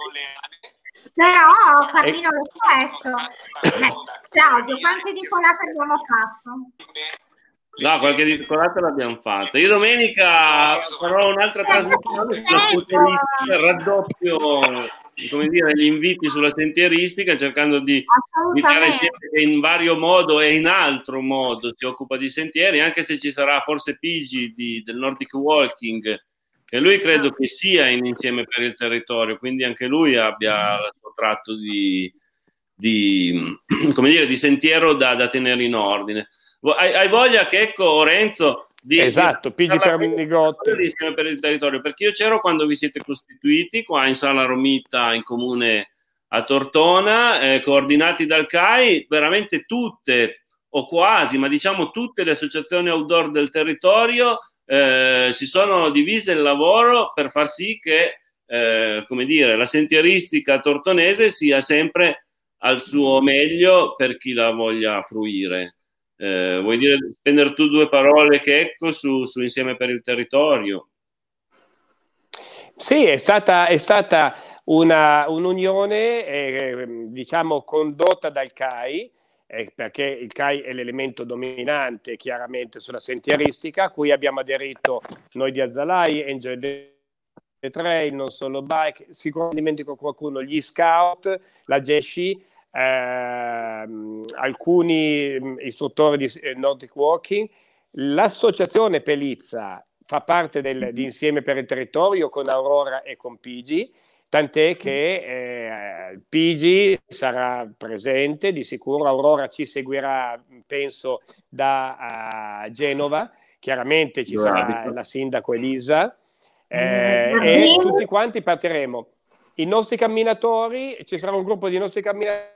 però cammino lo stesso. Eh, Claudio, quante di colate abbiamo fatto?
No, qualche discolata l'abbiamo fatta. Io domenica farò un'altra trasmissione sulla sentieristica, raddoppio, come dire, gli inviti sulla sentieristica, cercando di invitare gente che in vario modo e in altro modo si occupa di sentieri, anche se ci sarà forse Pigi di, del Nordic Walking, che lui credo che sia in Insieme per il Territorio, quindi anche lui abbia il suo tratto di, di, come dire, di sentiero da, da tenere in ordine. Hai, hai voglia che ecco Renzo di,
esatto,
di,
Pigi per Minigotti
Insieme per il Territorio, perché io c'ero quando vi siete costituiti qua in Sala Romita in comune a Tortona, eh, coordinati dal C A I, veramente tutte o quasi, ma diciamo tutte le associazioni outdoor del territorio eh, si sono divise il lavoro per far sì che eh, come dire, la sentieristica tortonese sia sempre al suo meglio per chi la voglia fruire. Eh, vuoi dire spendere tu due parole che ecco su, su Insieme per il Territorio?
Sì, è stata, è stata una, un'unione eh, diciamo condotta dal C A I, eh, perché il C A I è l'elemento dominante chiaramente sulla sentieristica, a cui abbiamo aderito noi di Azzalai, Angel The Trail, Non Solo Bike, sicuramente dimentico qualcuno, gli Scout, la G E S C I, Eh, alcuni istruttori di Nordic Walking. L'associazione Pelizza fa parte del, di Insieme per il Territorio con Aurora e con Pigi, tant'è che eh, Pigi sarà presente di sicuro, Aurora ci seguirà penso da uh, Genova, chiaramente ci sarà la sindaco Elisa eh, e tutti quanti partiremo. I nostri camminatori, ci sarà un gruppo di nostri camminatori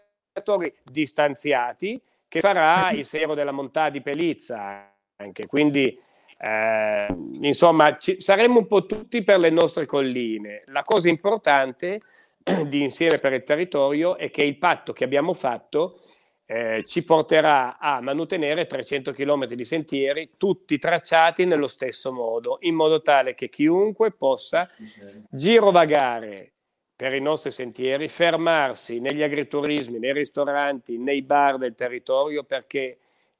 distanziati che farà il Sentiero della Montà di Pelizza anche, quindi eh, insomma ci, saremo un po' tutti per le nostre colline. La cosa importante di Insieme per il Territorio è che il patto che abbiamo fatto eh, ci porterà a mantenere trecento chilometri di sentieri tutti tracciati nello stesso modo, in modo tale che chiunque possa girovagare per i nostri sentieri, fermarsi negli agriturismi, nei ristoranti, nei bar del territorio, perché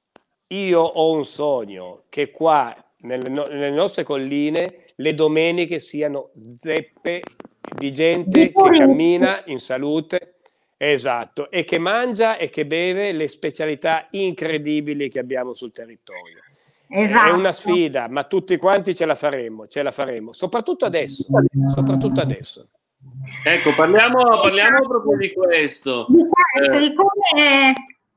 io ho un sogno che qua nelle, no- nelle nostre colline le domeniche siano zeppe di gente che cammina in salute, esatto, e che mangia e che beve le specialità incredibili che abbiamo sul territorio. Esatto. È una sfida, ma tutti quanti ce la faremo, ce la faremo, soprattutto adesso, soprattutto adesso.
Ecco, parliamo, parliamo proprio di questo.
Di questo, eh, di come...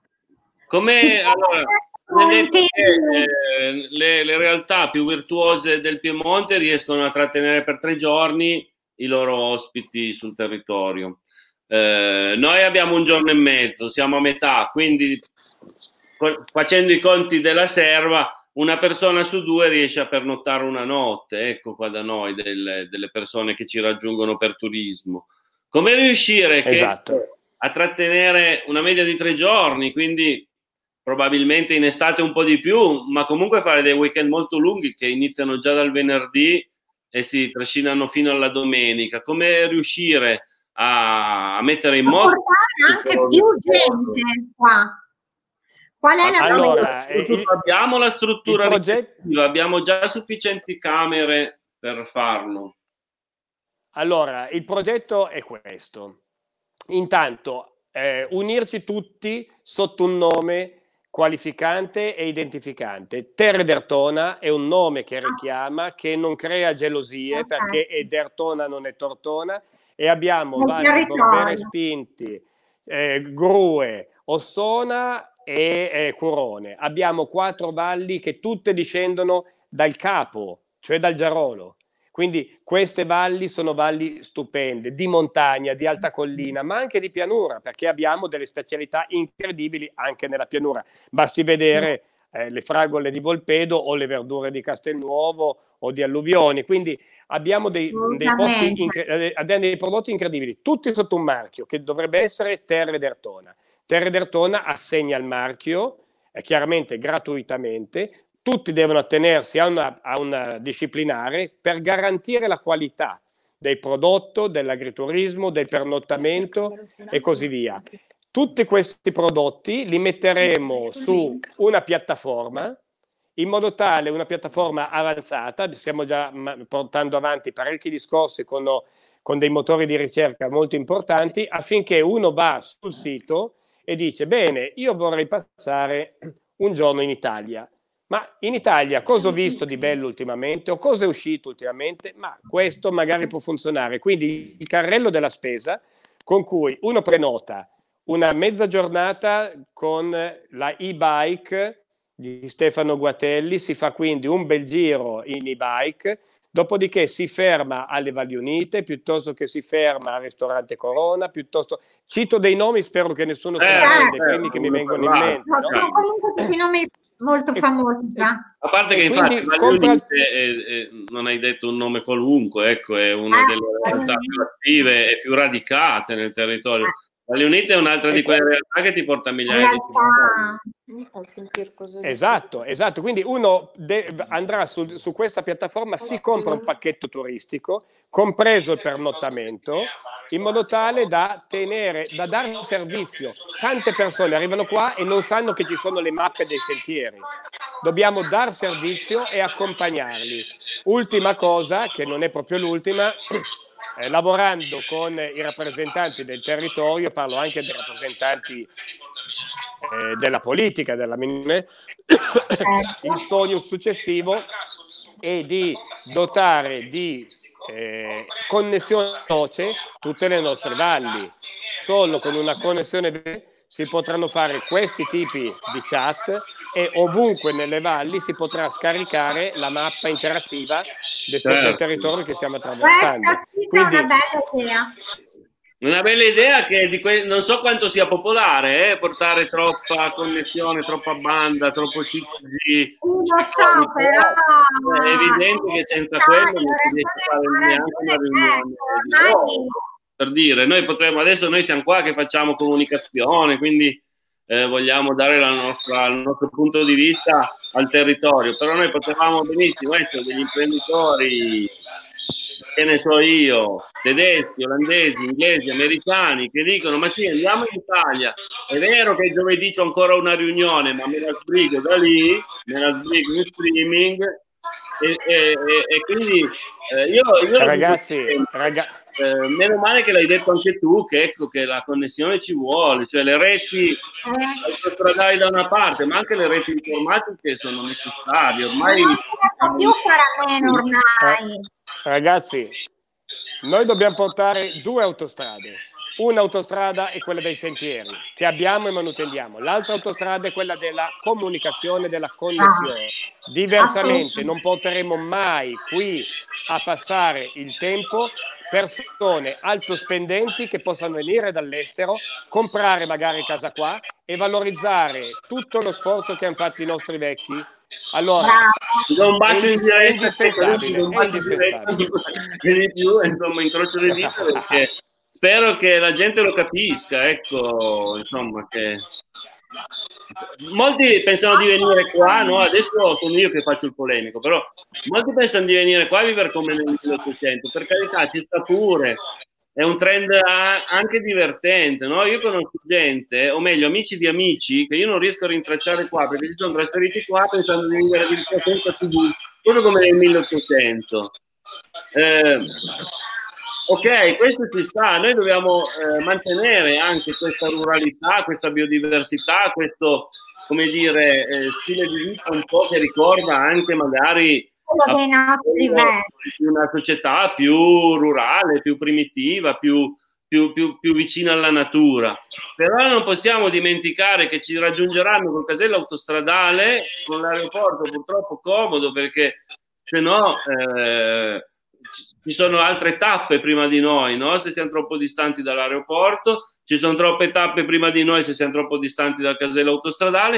come allora, vedete che eh, le, le realtà più virtuose del Piemonte riescono a trattenere per tre giorni i loro ospiti sul territorio. Eh, noi abbiamo un giorno e mezzo, siamo a metà, quindi facendo i conti della serva, una persona su due riesce a pernottare una notte, ecco qua da noi, delle, delle persone che ci raggiungono per turismo. Come riuscire
esatto.
che, a trattenere una media di tre giorni, quindi probabilmente in estate un po' di più, ma comunque fare dei weekend molto lunghi che iniziano già dal venerdì e si trascinano fino alla domenica. Come riuscire a, a mettere in moto...
portare anche più gente qua. Qual è la
allora,
eh, abbiamo la struttura ricettiva, abbiamo già sufficienti camere per farlo.
Allora, il progetto è questo. Intanto, eh, unirci tutti sotto un nome qualificante e identificante. Terre d'Ertona è un nome che richiama, che non crea gelosie, perché è d'Ertona, non è Tortona, e abbiamo vari Borbere Spinti, eh, Grue, Ossona e eh, Curone. Abbiamo quattro valli che tutte discendono dal capo, cioè dal Giarolo. Quindi queste valli sono valli stupende, di montagna, di alta collina, ma anche di pianura, perché abbiamo delle specialità incredibili anche nella pianura. Basti vedere eh, le fragole di Volpedo o le verdure di Castelnuovo o di Alluvioni, quindi abbiamo dei, dei, posti incre- dei prodotti incredibili, tutti sotto un marchio che dovrebbe essere Terre d'Ertona. Terre d'Ertona assegna il marchio, eh, chiaramente gratuitamente, tutti devono attenersi a una, a una disciplinare per garantire la qualità del prodotto, dell'agriturismo, del pernottamento e così via. Tutti questi prodotti li metteremo su una piattaforma, in modo tale, una piattaforma avanzata, stiamo già portando avanti parecchi discorsi con, con dei motori di ricerca molto importanti, affinché uno va sul sito e dice: bene, io vorrei passare un giorno in Italia. Ma in Italia cosa ho visto di bello ultimamente o cosa è uscito ultimamente? Ma questo magari può funzionare. Quindi il carrello della spesa con cui uno prenota una mezza giornata con la e-bike di Stefano Guatelli, si fa quindi un bel giro in e-bike, dopodiché si ferma alle Valli Unite, piuttosto che si ferma al ristorante Corona, piuttosto... Cito dei nomi, spero che nessuno se ne prenda, i primi che mi vengono in mente.
No, no? Comunque tutti i nomi molto famosi.
E,
a parte che infatti Valli compra... Unite è, è, non hai detto un nome qualunque, ecco, è una ah, delle realtà più attive e più radicate nel territorio. Ah. Valli Unite è un'altra di quelle realtà che ti porta a migliaia di
chilometri. Esatto, esatto. Quindi uno de- andrà su, su questa piattaforma, si compra un pacchetto turistico, compreso il pernottamento, in modo tale da tenere, da dare servizio. Tante persone arrivano qua e non sanno che ci sono le mappe dei sentieri. Dobbiamo dar servizio e accompagnarli. Ultima cosa, che non è proprio l'ultima, Eh, lavorando con i rappresentanti del territorio, parlo anche dei rappresentanti eh, della politica, della il sogno successivo è di dotare di eh, connessione veloce tutte le nostre valli. Solo con una connessione si potranno fare questi tipi di chat e ovunque nelle valli si potrà scaricare la mappa interattiva del, certo. del territorio che stiamo attraversando.
Quindi, una bella idea.
Una bella idea che di que- non so quanto sia popolare, eh, portare troppa connessione, troppa banda, troppo C G.
Lo so, però
è evidente che senza quello non si riesce a fare neanche una riunione. Ormai... Per dire, noi potremmo, adesso noi siamo qua che facciamo comunicazione, quindi eh, vogliamo dare la nostra, il nostro punto di vista al territorio, però noi potevamo benissimo essere degli imprenditori, che ne so io, tedeschi, olandesi, inglesi, americani, che dicono: ma sì, andiamo in Italia, è vero che giovedì c'ho ancora una riunione, ma me la sbrigo da lì, me la sbrigo in streaming, e, e, e, e quindi eh, io, io
ragazzi, ragazzi
Eh, meno male che l'hai detto anche tu, che ecco che la connessione ci vuole, cioè le reti autostradali da una parte, ma anche le reti informatiche sono necessarie ormai.
Non più farà meno ormai.
Ragazzi, noi dobbiamo portare due autostrade. Una autostrada è quella dei sentieri che abbiamo e manutendiamo, l'altra autostrada è quella della comunicazione, della connessione. Diversamente non porteremo mai qui a passare il tempo persone altospendenti che possano venire dall'estero, comprare magari casa qua e valorizzare tutto lo sforzo che hanno fatto i nostri vecchi. Allora,
un bacio in diretta,
è indispensabile, è indispensabile.
E di più, insomma, incrocio le dita perché spero che la gente lo capisca, ecco, insomma, che molti pensano di venire qua, no? Adesso sono io che faccio il polemico, però molti pensano di venire qua a vivere come nel milleottocento, per carità, ci sta pure, è un trend anche divertente, no? Io conosco gente, o meglio amici di amici, che io non riesco a rintracciare qua perché si sono trasferiti qua pensando di vivere addirittura senza T V, proprio come nel milleottocento. Eh, ok, questo ci sta, noi dobbiamo eh, mantenere anche questa ruralità, questa biodiversità, questo, come dire, eh, stile di vita un po' che ricorda anche magari
dei nostri
una società più rurale, più primitiva, più, più, più, più vicina alla natura. Però non possiamo dimenticare che ci raggiungeranno col casello autostradale, con l'aeroporto purtroppo comodo, perché se no eh, ci sono altre tappe prima di noi, no? Se siamo troppo distanti dall'aeroporto, ci sono troppe tappe prima di noi se siamo troppo distanti dal casello autostradale.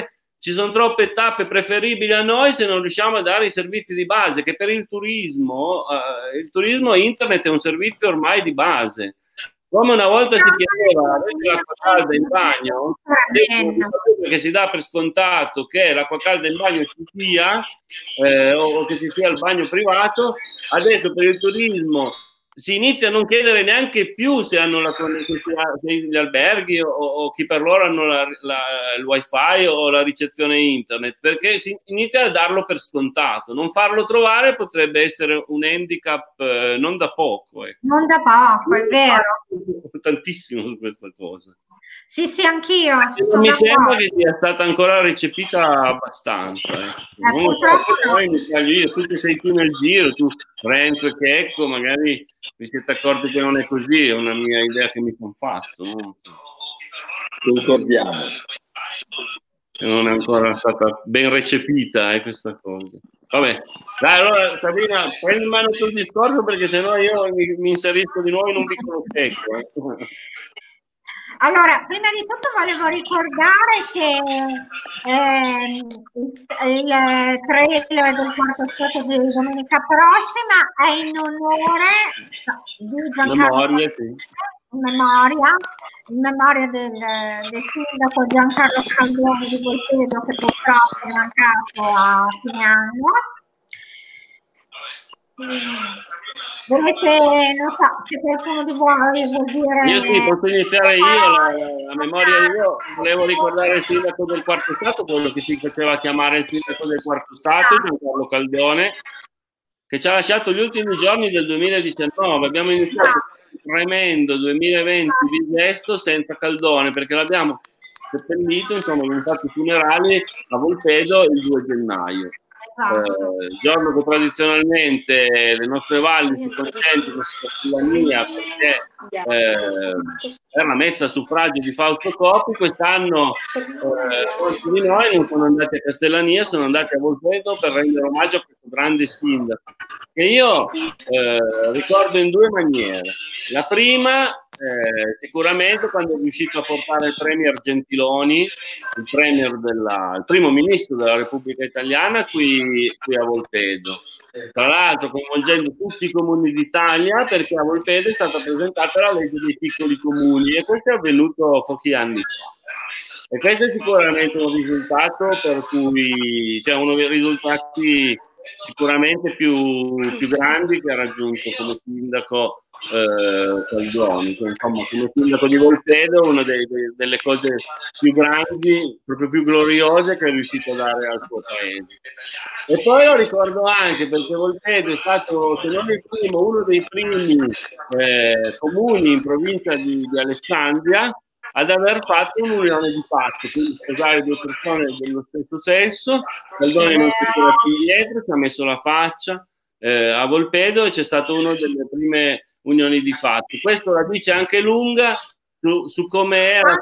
ci sono troppe tappe preferibili a noi se non riusciamo a dare i servizi di base, che per il turismo, eh, il turismo internet è un servizio ormai di base. Come una volta si chiedeva l'acqua calda in bagno, perché si dà per scontato che l'acqua calda in bagno ci sia, eh, o che ci sia il bagno privato, adesso per il turismo si inizia a non chiedere neanche più se hanno la connessione, gli alberghi o, o chi per loro hanno la, la, il wifi o la ricezione internet, perché si inizia a darlo per scontato. Non farlo trovare potrebbe essere un handicap eh, non da poco. Ecco.
Non da poco, è vero.
Tantissimo su questa cosa.
Sì, sì, anch'io.
Non mi sembra che sia stata ancora recepita abbastanza. Eh.
Eh, purtroppo no.
Poi in Italia, tu che sei più nel giro, tu Renzo e Checco, magari vi siete accorti che non è così, è una mia idea che mi sono fatto. No?
Concordiamo.
Che non è ancora stata ben recepita eh, questa cosa. Vabbè, dai, allora Sabrina, prendi in mano tu il discorso perché sennò io mi, mi inserisco di nuovo in un piccolo Checco. Eh.
Allora, prima di tutto volevo ricordare che eh, il trailer del quarto stato di domenica prossima è in onore di Giancarlo
memoria, sì.
in memoria, in memoria del, del sindaco Giancarlo Caldone di Volpedo, che purtroppo è mancato a fine anno. Volete, non so, se qualcuno di voi vuol dire...
Io sì, posso iniziare io, la, la memoria io, volevo ricordare il sindaco del quarto stato, quello che si faceva chiamare il sindaco del quarto stato, Giancarlo Caldone, che ci ha lasciato gli ultimi giorni del duemiladiciannove, abbiamo iniziato un tremendo duemilaventi bisesto senza Caldone, perché l'abbiamo seppellito, insomma, abbiamo fatto i funerali a Volpedo il due gennaio. Eh, giorno che tradizionalmente le nostre valli si concentrano sulla mia perché eh, era una messa a suffragio di Fausto Coppi. Quest'anno eh, molti di noi non sono andati a Castellania, sono andati a Volpedo per rendere omaggio a questo grande sindaco che io eh, ricordo in due maniere. La prima eh, sicuramente quando è riuscito a portare il premier Gentiloni, il premier della, il primo ministro della Repubblica Italiana qui, qui a Volpedo, tra l'altro coinvolgendo tutti i comuni d'Italia, perché a Volpedo è stata presentata la legge dei piccoli comuni e questo è avvenuto pochi anni fa e questo è sicuramente un risultato per cui cioè uno dei risultati sicuramente più, più grandi che ha raggiunto come sindaco Eh, Caldoni, cioè, insomma, come sindaco di Volpedo, una dei, dei, delle cose più grandi, proprio più gloriose che è riuscito a dare al suo paese. E poi lo ricordo anche perché Volpedo è stato, se non il primo, uno dei primi eh, comuni in provincia di, di Alessandria ad aver fatto un'unione di patto, quindi sposare due persone dello stesso sesso. Caldoni non si è tirato indietro, si è messo la faccia eh, a Volpedo e c'è stato uno delle prime unioni di fatto. Questo la dice anche lunga su, su come era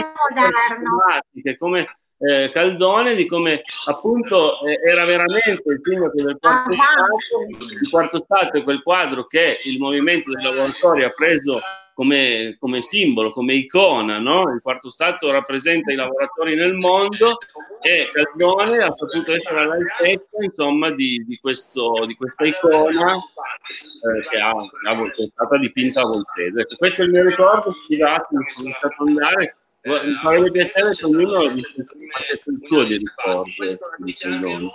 come eh, Caldone, di come appunto eh, era veramente il sindaco del quarto stato. Il quarto stato è quel quadro che il movimento dei lavoratori ha preso come, come simbolo, come icona, no? Il quarto stato rappresenta i lavoratori nel mondo e Caldone ha saputo essere all'altezza, insomma, di, di, questo, di questa icona eh, che ha, è stata dipinta a Volpedo. Ecco, questo è il mio ricordo, scusate, mi sono stato andare. Mi farebbe piacere se ognuno facesse il suo di ricordo di Caldone.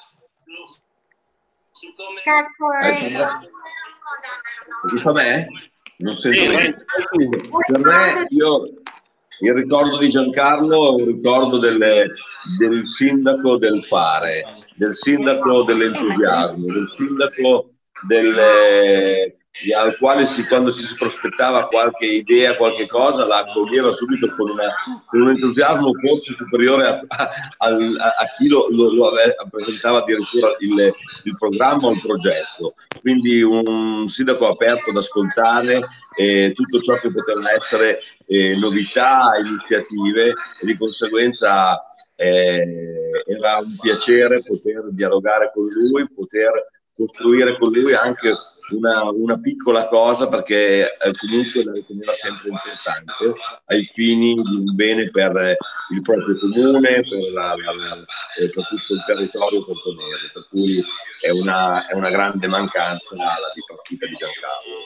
Giusto a me? Non sento sì, bene. Per me, io il ricordo di Giancarlo è un ricordo delle, del sindaco del fare, del sindaco dell'entusiasmo, del sindaco delle, al quale si, quando si prospettava qualche idea, qualche cosa, la accoglieva subito con, una, con un entusiasmo forse superiore a, a, a, a chi lo, lo, lo ave, presentava addirittura il, il programma o il progetto. Quindi un sindaco aperto ad ascoltare eh, tutto ciò che poteva essere eh, novità, iniziative, e di conseguenza eh, era un piacere poter dialogare con lui, poter costruire con lui anche una, una piccola cosa, perché eh, comunque la riteneva sempre importante ai fini di un bene per il proprio comune, per, la, la, eh, per tutto il territorio portonese, per cui è una, è una grande mancanza la dipartita di Giancarlo.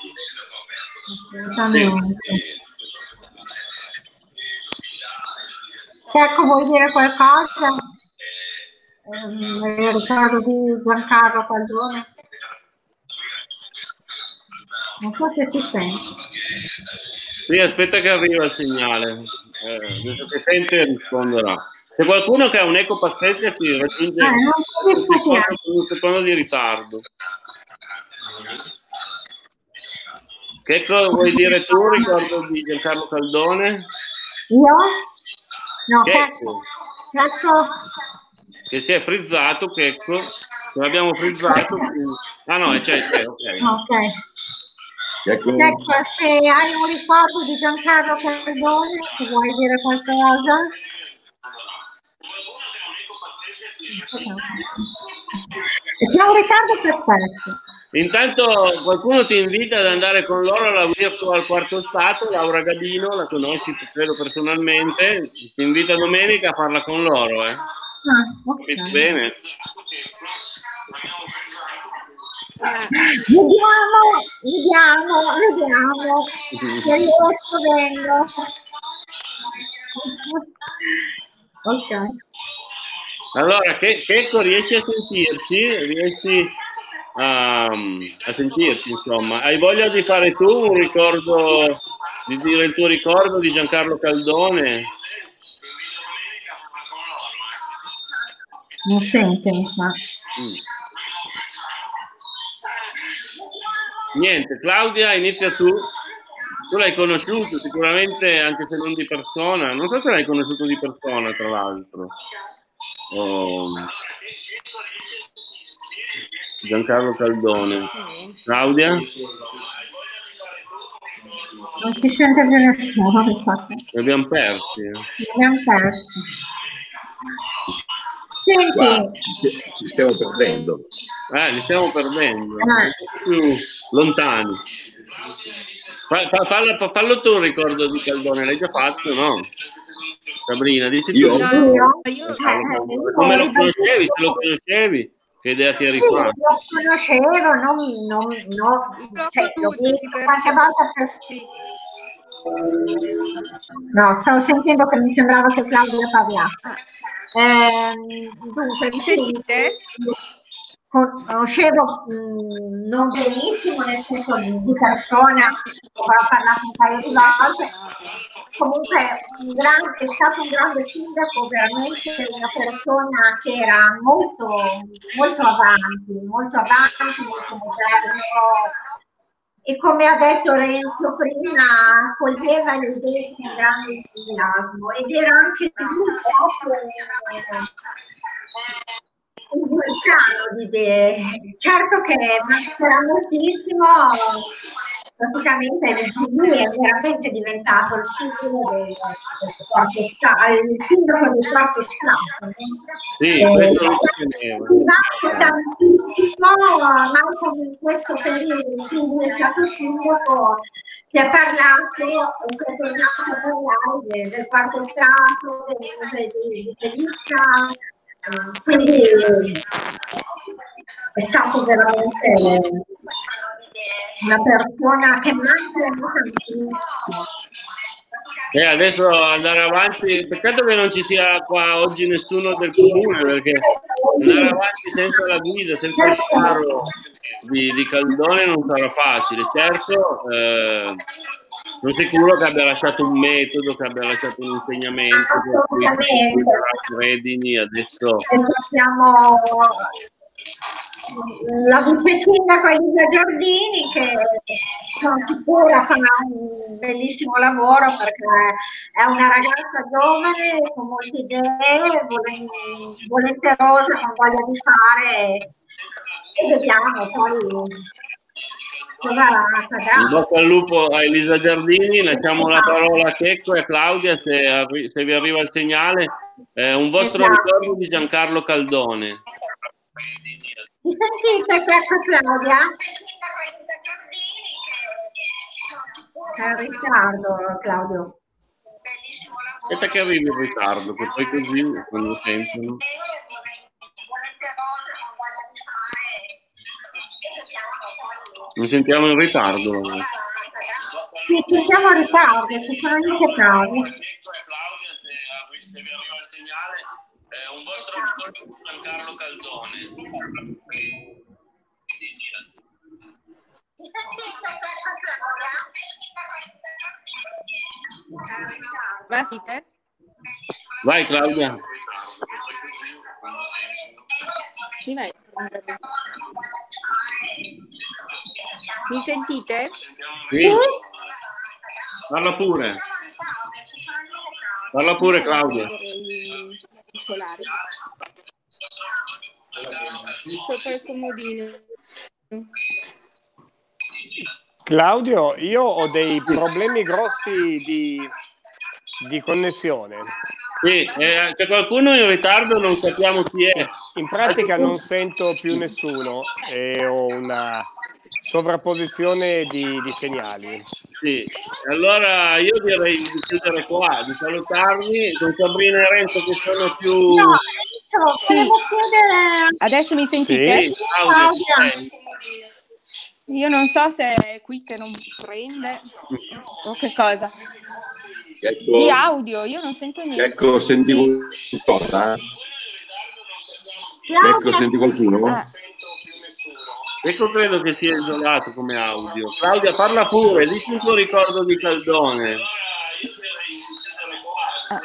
Ecco, vuoi dire qualcosa? Eh, ricordo di Giancarlo Caldone. Non so se ti senti.
Sì, aspetta che arriva il segnale. Eh, adesso che sente risponderà. Se qualcuno che ha un'eco pazzesca ti raggiunge
eh, non
un, secondo, un secondo di ritardo. Che cosa vuoi dire tu, ricordo di Giancarlo Caldone?
Io? No,
Checco.
Checco.
Che si è frizzato, Checco. Non abbiamo frizzato. Ah no, c'è, c'è, ok.
Ok.
Ecco.
Ecco, se hai un ricordo di Giancarlo Caldone, se vuoi dire qualcosa. C'è un ritardo perfetto.
Intanto qualcuno ti invita ad andare con loro alla Virtual Quarto Stato, Laura Gadino, la conosci, credo personalmente, ti invita domenica a farla con loro. Eh.
Ah, okay.
Bene.
Vediamo, vediamo, vediamo. Se riesco vengo. Ok.
Allora, che, Checco, riesci a sentirci? Riesci a, a sentirci, insomma. Hai voglia di fare tu un ricordo, di dire il tuo ricordo di Giancarlo Caldone?
Non sente, mi fa.
Mm. Niente, Claudia, inizia tu. Tu l'hai conosciuto sicuramente, anche se non di persona. Non so se l'hai conosciuto di persona, tra l'altro. Oh. Giancarlo Caldone. Claudia?
Non si sente più nessuno, infatti.
Li abbiamo persi.
Li abbiamo persi. Senti.
Wow, ci, ci stiamo perdendo.
Eh, li stiamo perdendo.
Ah.
Più lontani. Fa, fallo, fallo tu il ricordo di Caldone, l'hai già fatto, no? Sabrina, dici tu.
Io?
No, io...
Eh,
Come lo conoscevi? Se lo conoscevi? Che idea ti eri fatta?
Sì, lo conoscevo, non, non, no, cioè, l'ho visto qualche volta per...
Sì.
No, stavo sentendo che mi sembrava che Claudia parlasse. Eh, dunque,
Mi
sì,
sentite?
conoscevo mh, non benissimo, nel senso di persona, ho parlato un paio di volte. Comunque un grande, è stato un grande sindaco, veramente una persona che era molto, molto avanti, molto avanti, molto moderno. E come ha detto Renzo prima, coglieva le idee con grande entusiasmo ed era anche lui proprio un vulcano di idee. Certo che mancherà moltissimo, praticamente lui è veramente diventato il simbolo del, del quarto stato, il sindaco del quarto stato.
Sì,
eh,
questo lo tenevo.
Tantissimo, ma come in questo periodo in cui lui è stato sindaco si è parlato, si è tornato a parlare del, del quarto stato, delle cose di Federica. Quindi è stato veramente una persona che manca tantissimo.
E adesso andare avanti, peccato che non ci sia qua oggi nessuno del comune, perché andare avanti senza la guida, senza il faro di, di Caldone non sarà facile. Certo, eh, sono sicuro che abbia lasciato un metodo, che abbia lasciato un insegnamento per cui redini adesso.
Siamo la vice sindaco Elisa Giordini, che sono sicura farà un bellissimo lavoro, perché è una ragazza giovane con molte idee, volenterosa, con voglia di fare, e vediamo poi.
In bocca al lupo a Elisa Giardini, lasciamo la parola a Checco e a Claudia se, arri- se vi arriva il segnale. Eh, un vostro ricordo di Giancarlo Caldone.
Mi sentite questa Claudia? È in ritardo, Claudio.
Aspetta che arrivi in ritardo, che poi così quando sentono. Mi sentiamo in ritardo.
Sì, ci siamo in ritardo, ci sono anche Claudia.
Claudia, se, se vi arriva il segnale, eh, un vostro ricordo con Giancarlo Caldone.
Ma site?
Vai Claudia.
Mi vai. Mi sentite?
Sì. Parla pure. Parla pure Claudia.
Sopra il comodino.
Claudio, io ho dei problemi grossi di, di connessione.
Sì, eh, c'è qualcuno in ritardo, non sappiamo chi è.
In pratica non sento più nessuno e ho una sovrapposizione di, di segnali.
Sì, allora io direi di chiudere qua, di salutarvi con Sabrina e Renzo che sono più...
No, Renzo,
Sì.
volevo chiedere...
Adesso mi sentite?
Sì, Claudia,
Claudia.
Io non so se è qui che non prende o che cosa.
Ecco,
Di audio, io non sento niente.
ecco, senti
Sì.
qualcosa?
Claudia.
Ecco, senti qualcuno?
Ah.
ecco credo che sia isolato come audio. Claudia, parla pure, dici il tuo ricordo di Caldone.
Ah.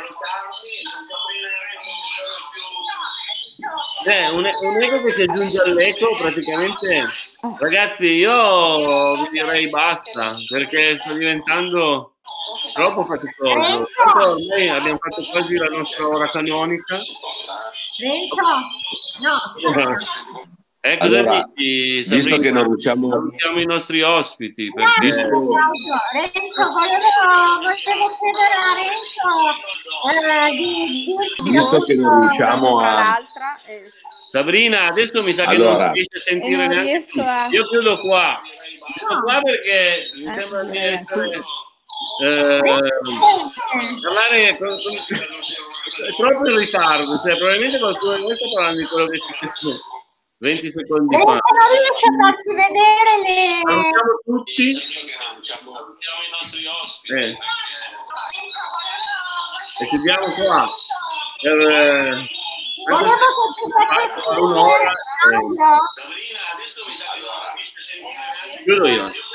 Eh, un, un eco che si aggiunge all'eco praticamente. Ragazzi, io vi direi basta perché sta diventando troppo faticoso. Tanto ormai abbiamo fatto quasi la nostra ora canonica.
Renzo, no, aspetta.
Eh, cosa
Allora,
dici,
visto
Sabrina?
che non riusciamo...
Salutiamo i nostri ospiti
No,
perché...
Visto-
Claudio, Renzo, volevo, volevo chiedere a Renzo eh, di dirci
Visto che non riusciamo
Tra
a...
l'altra, eh,
Sabrina, adesso mi sa che
Allora.
non riesci a
e
sentire
non
neanche
riesco
tu.
a...
Io chiudo qua. Chiudo
No.
qua perché mi
Eh,
sembra di
eh,
essere... Eh, parlare con, con, è troppo in ritardo, cioè probabilmente qualcuno di voi sta parlando di quello che è successo venti secondi
Renzo
fa.
non riesce a farci vedere le...
Salutiamo tutti. Salutiamo i nostri ospiti. Eh. E chiudiamo qua. Per, eh,
Volevo che ci facesse
un'ora.
vedere Claudio.
Chiudo io.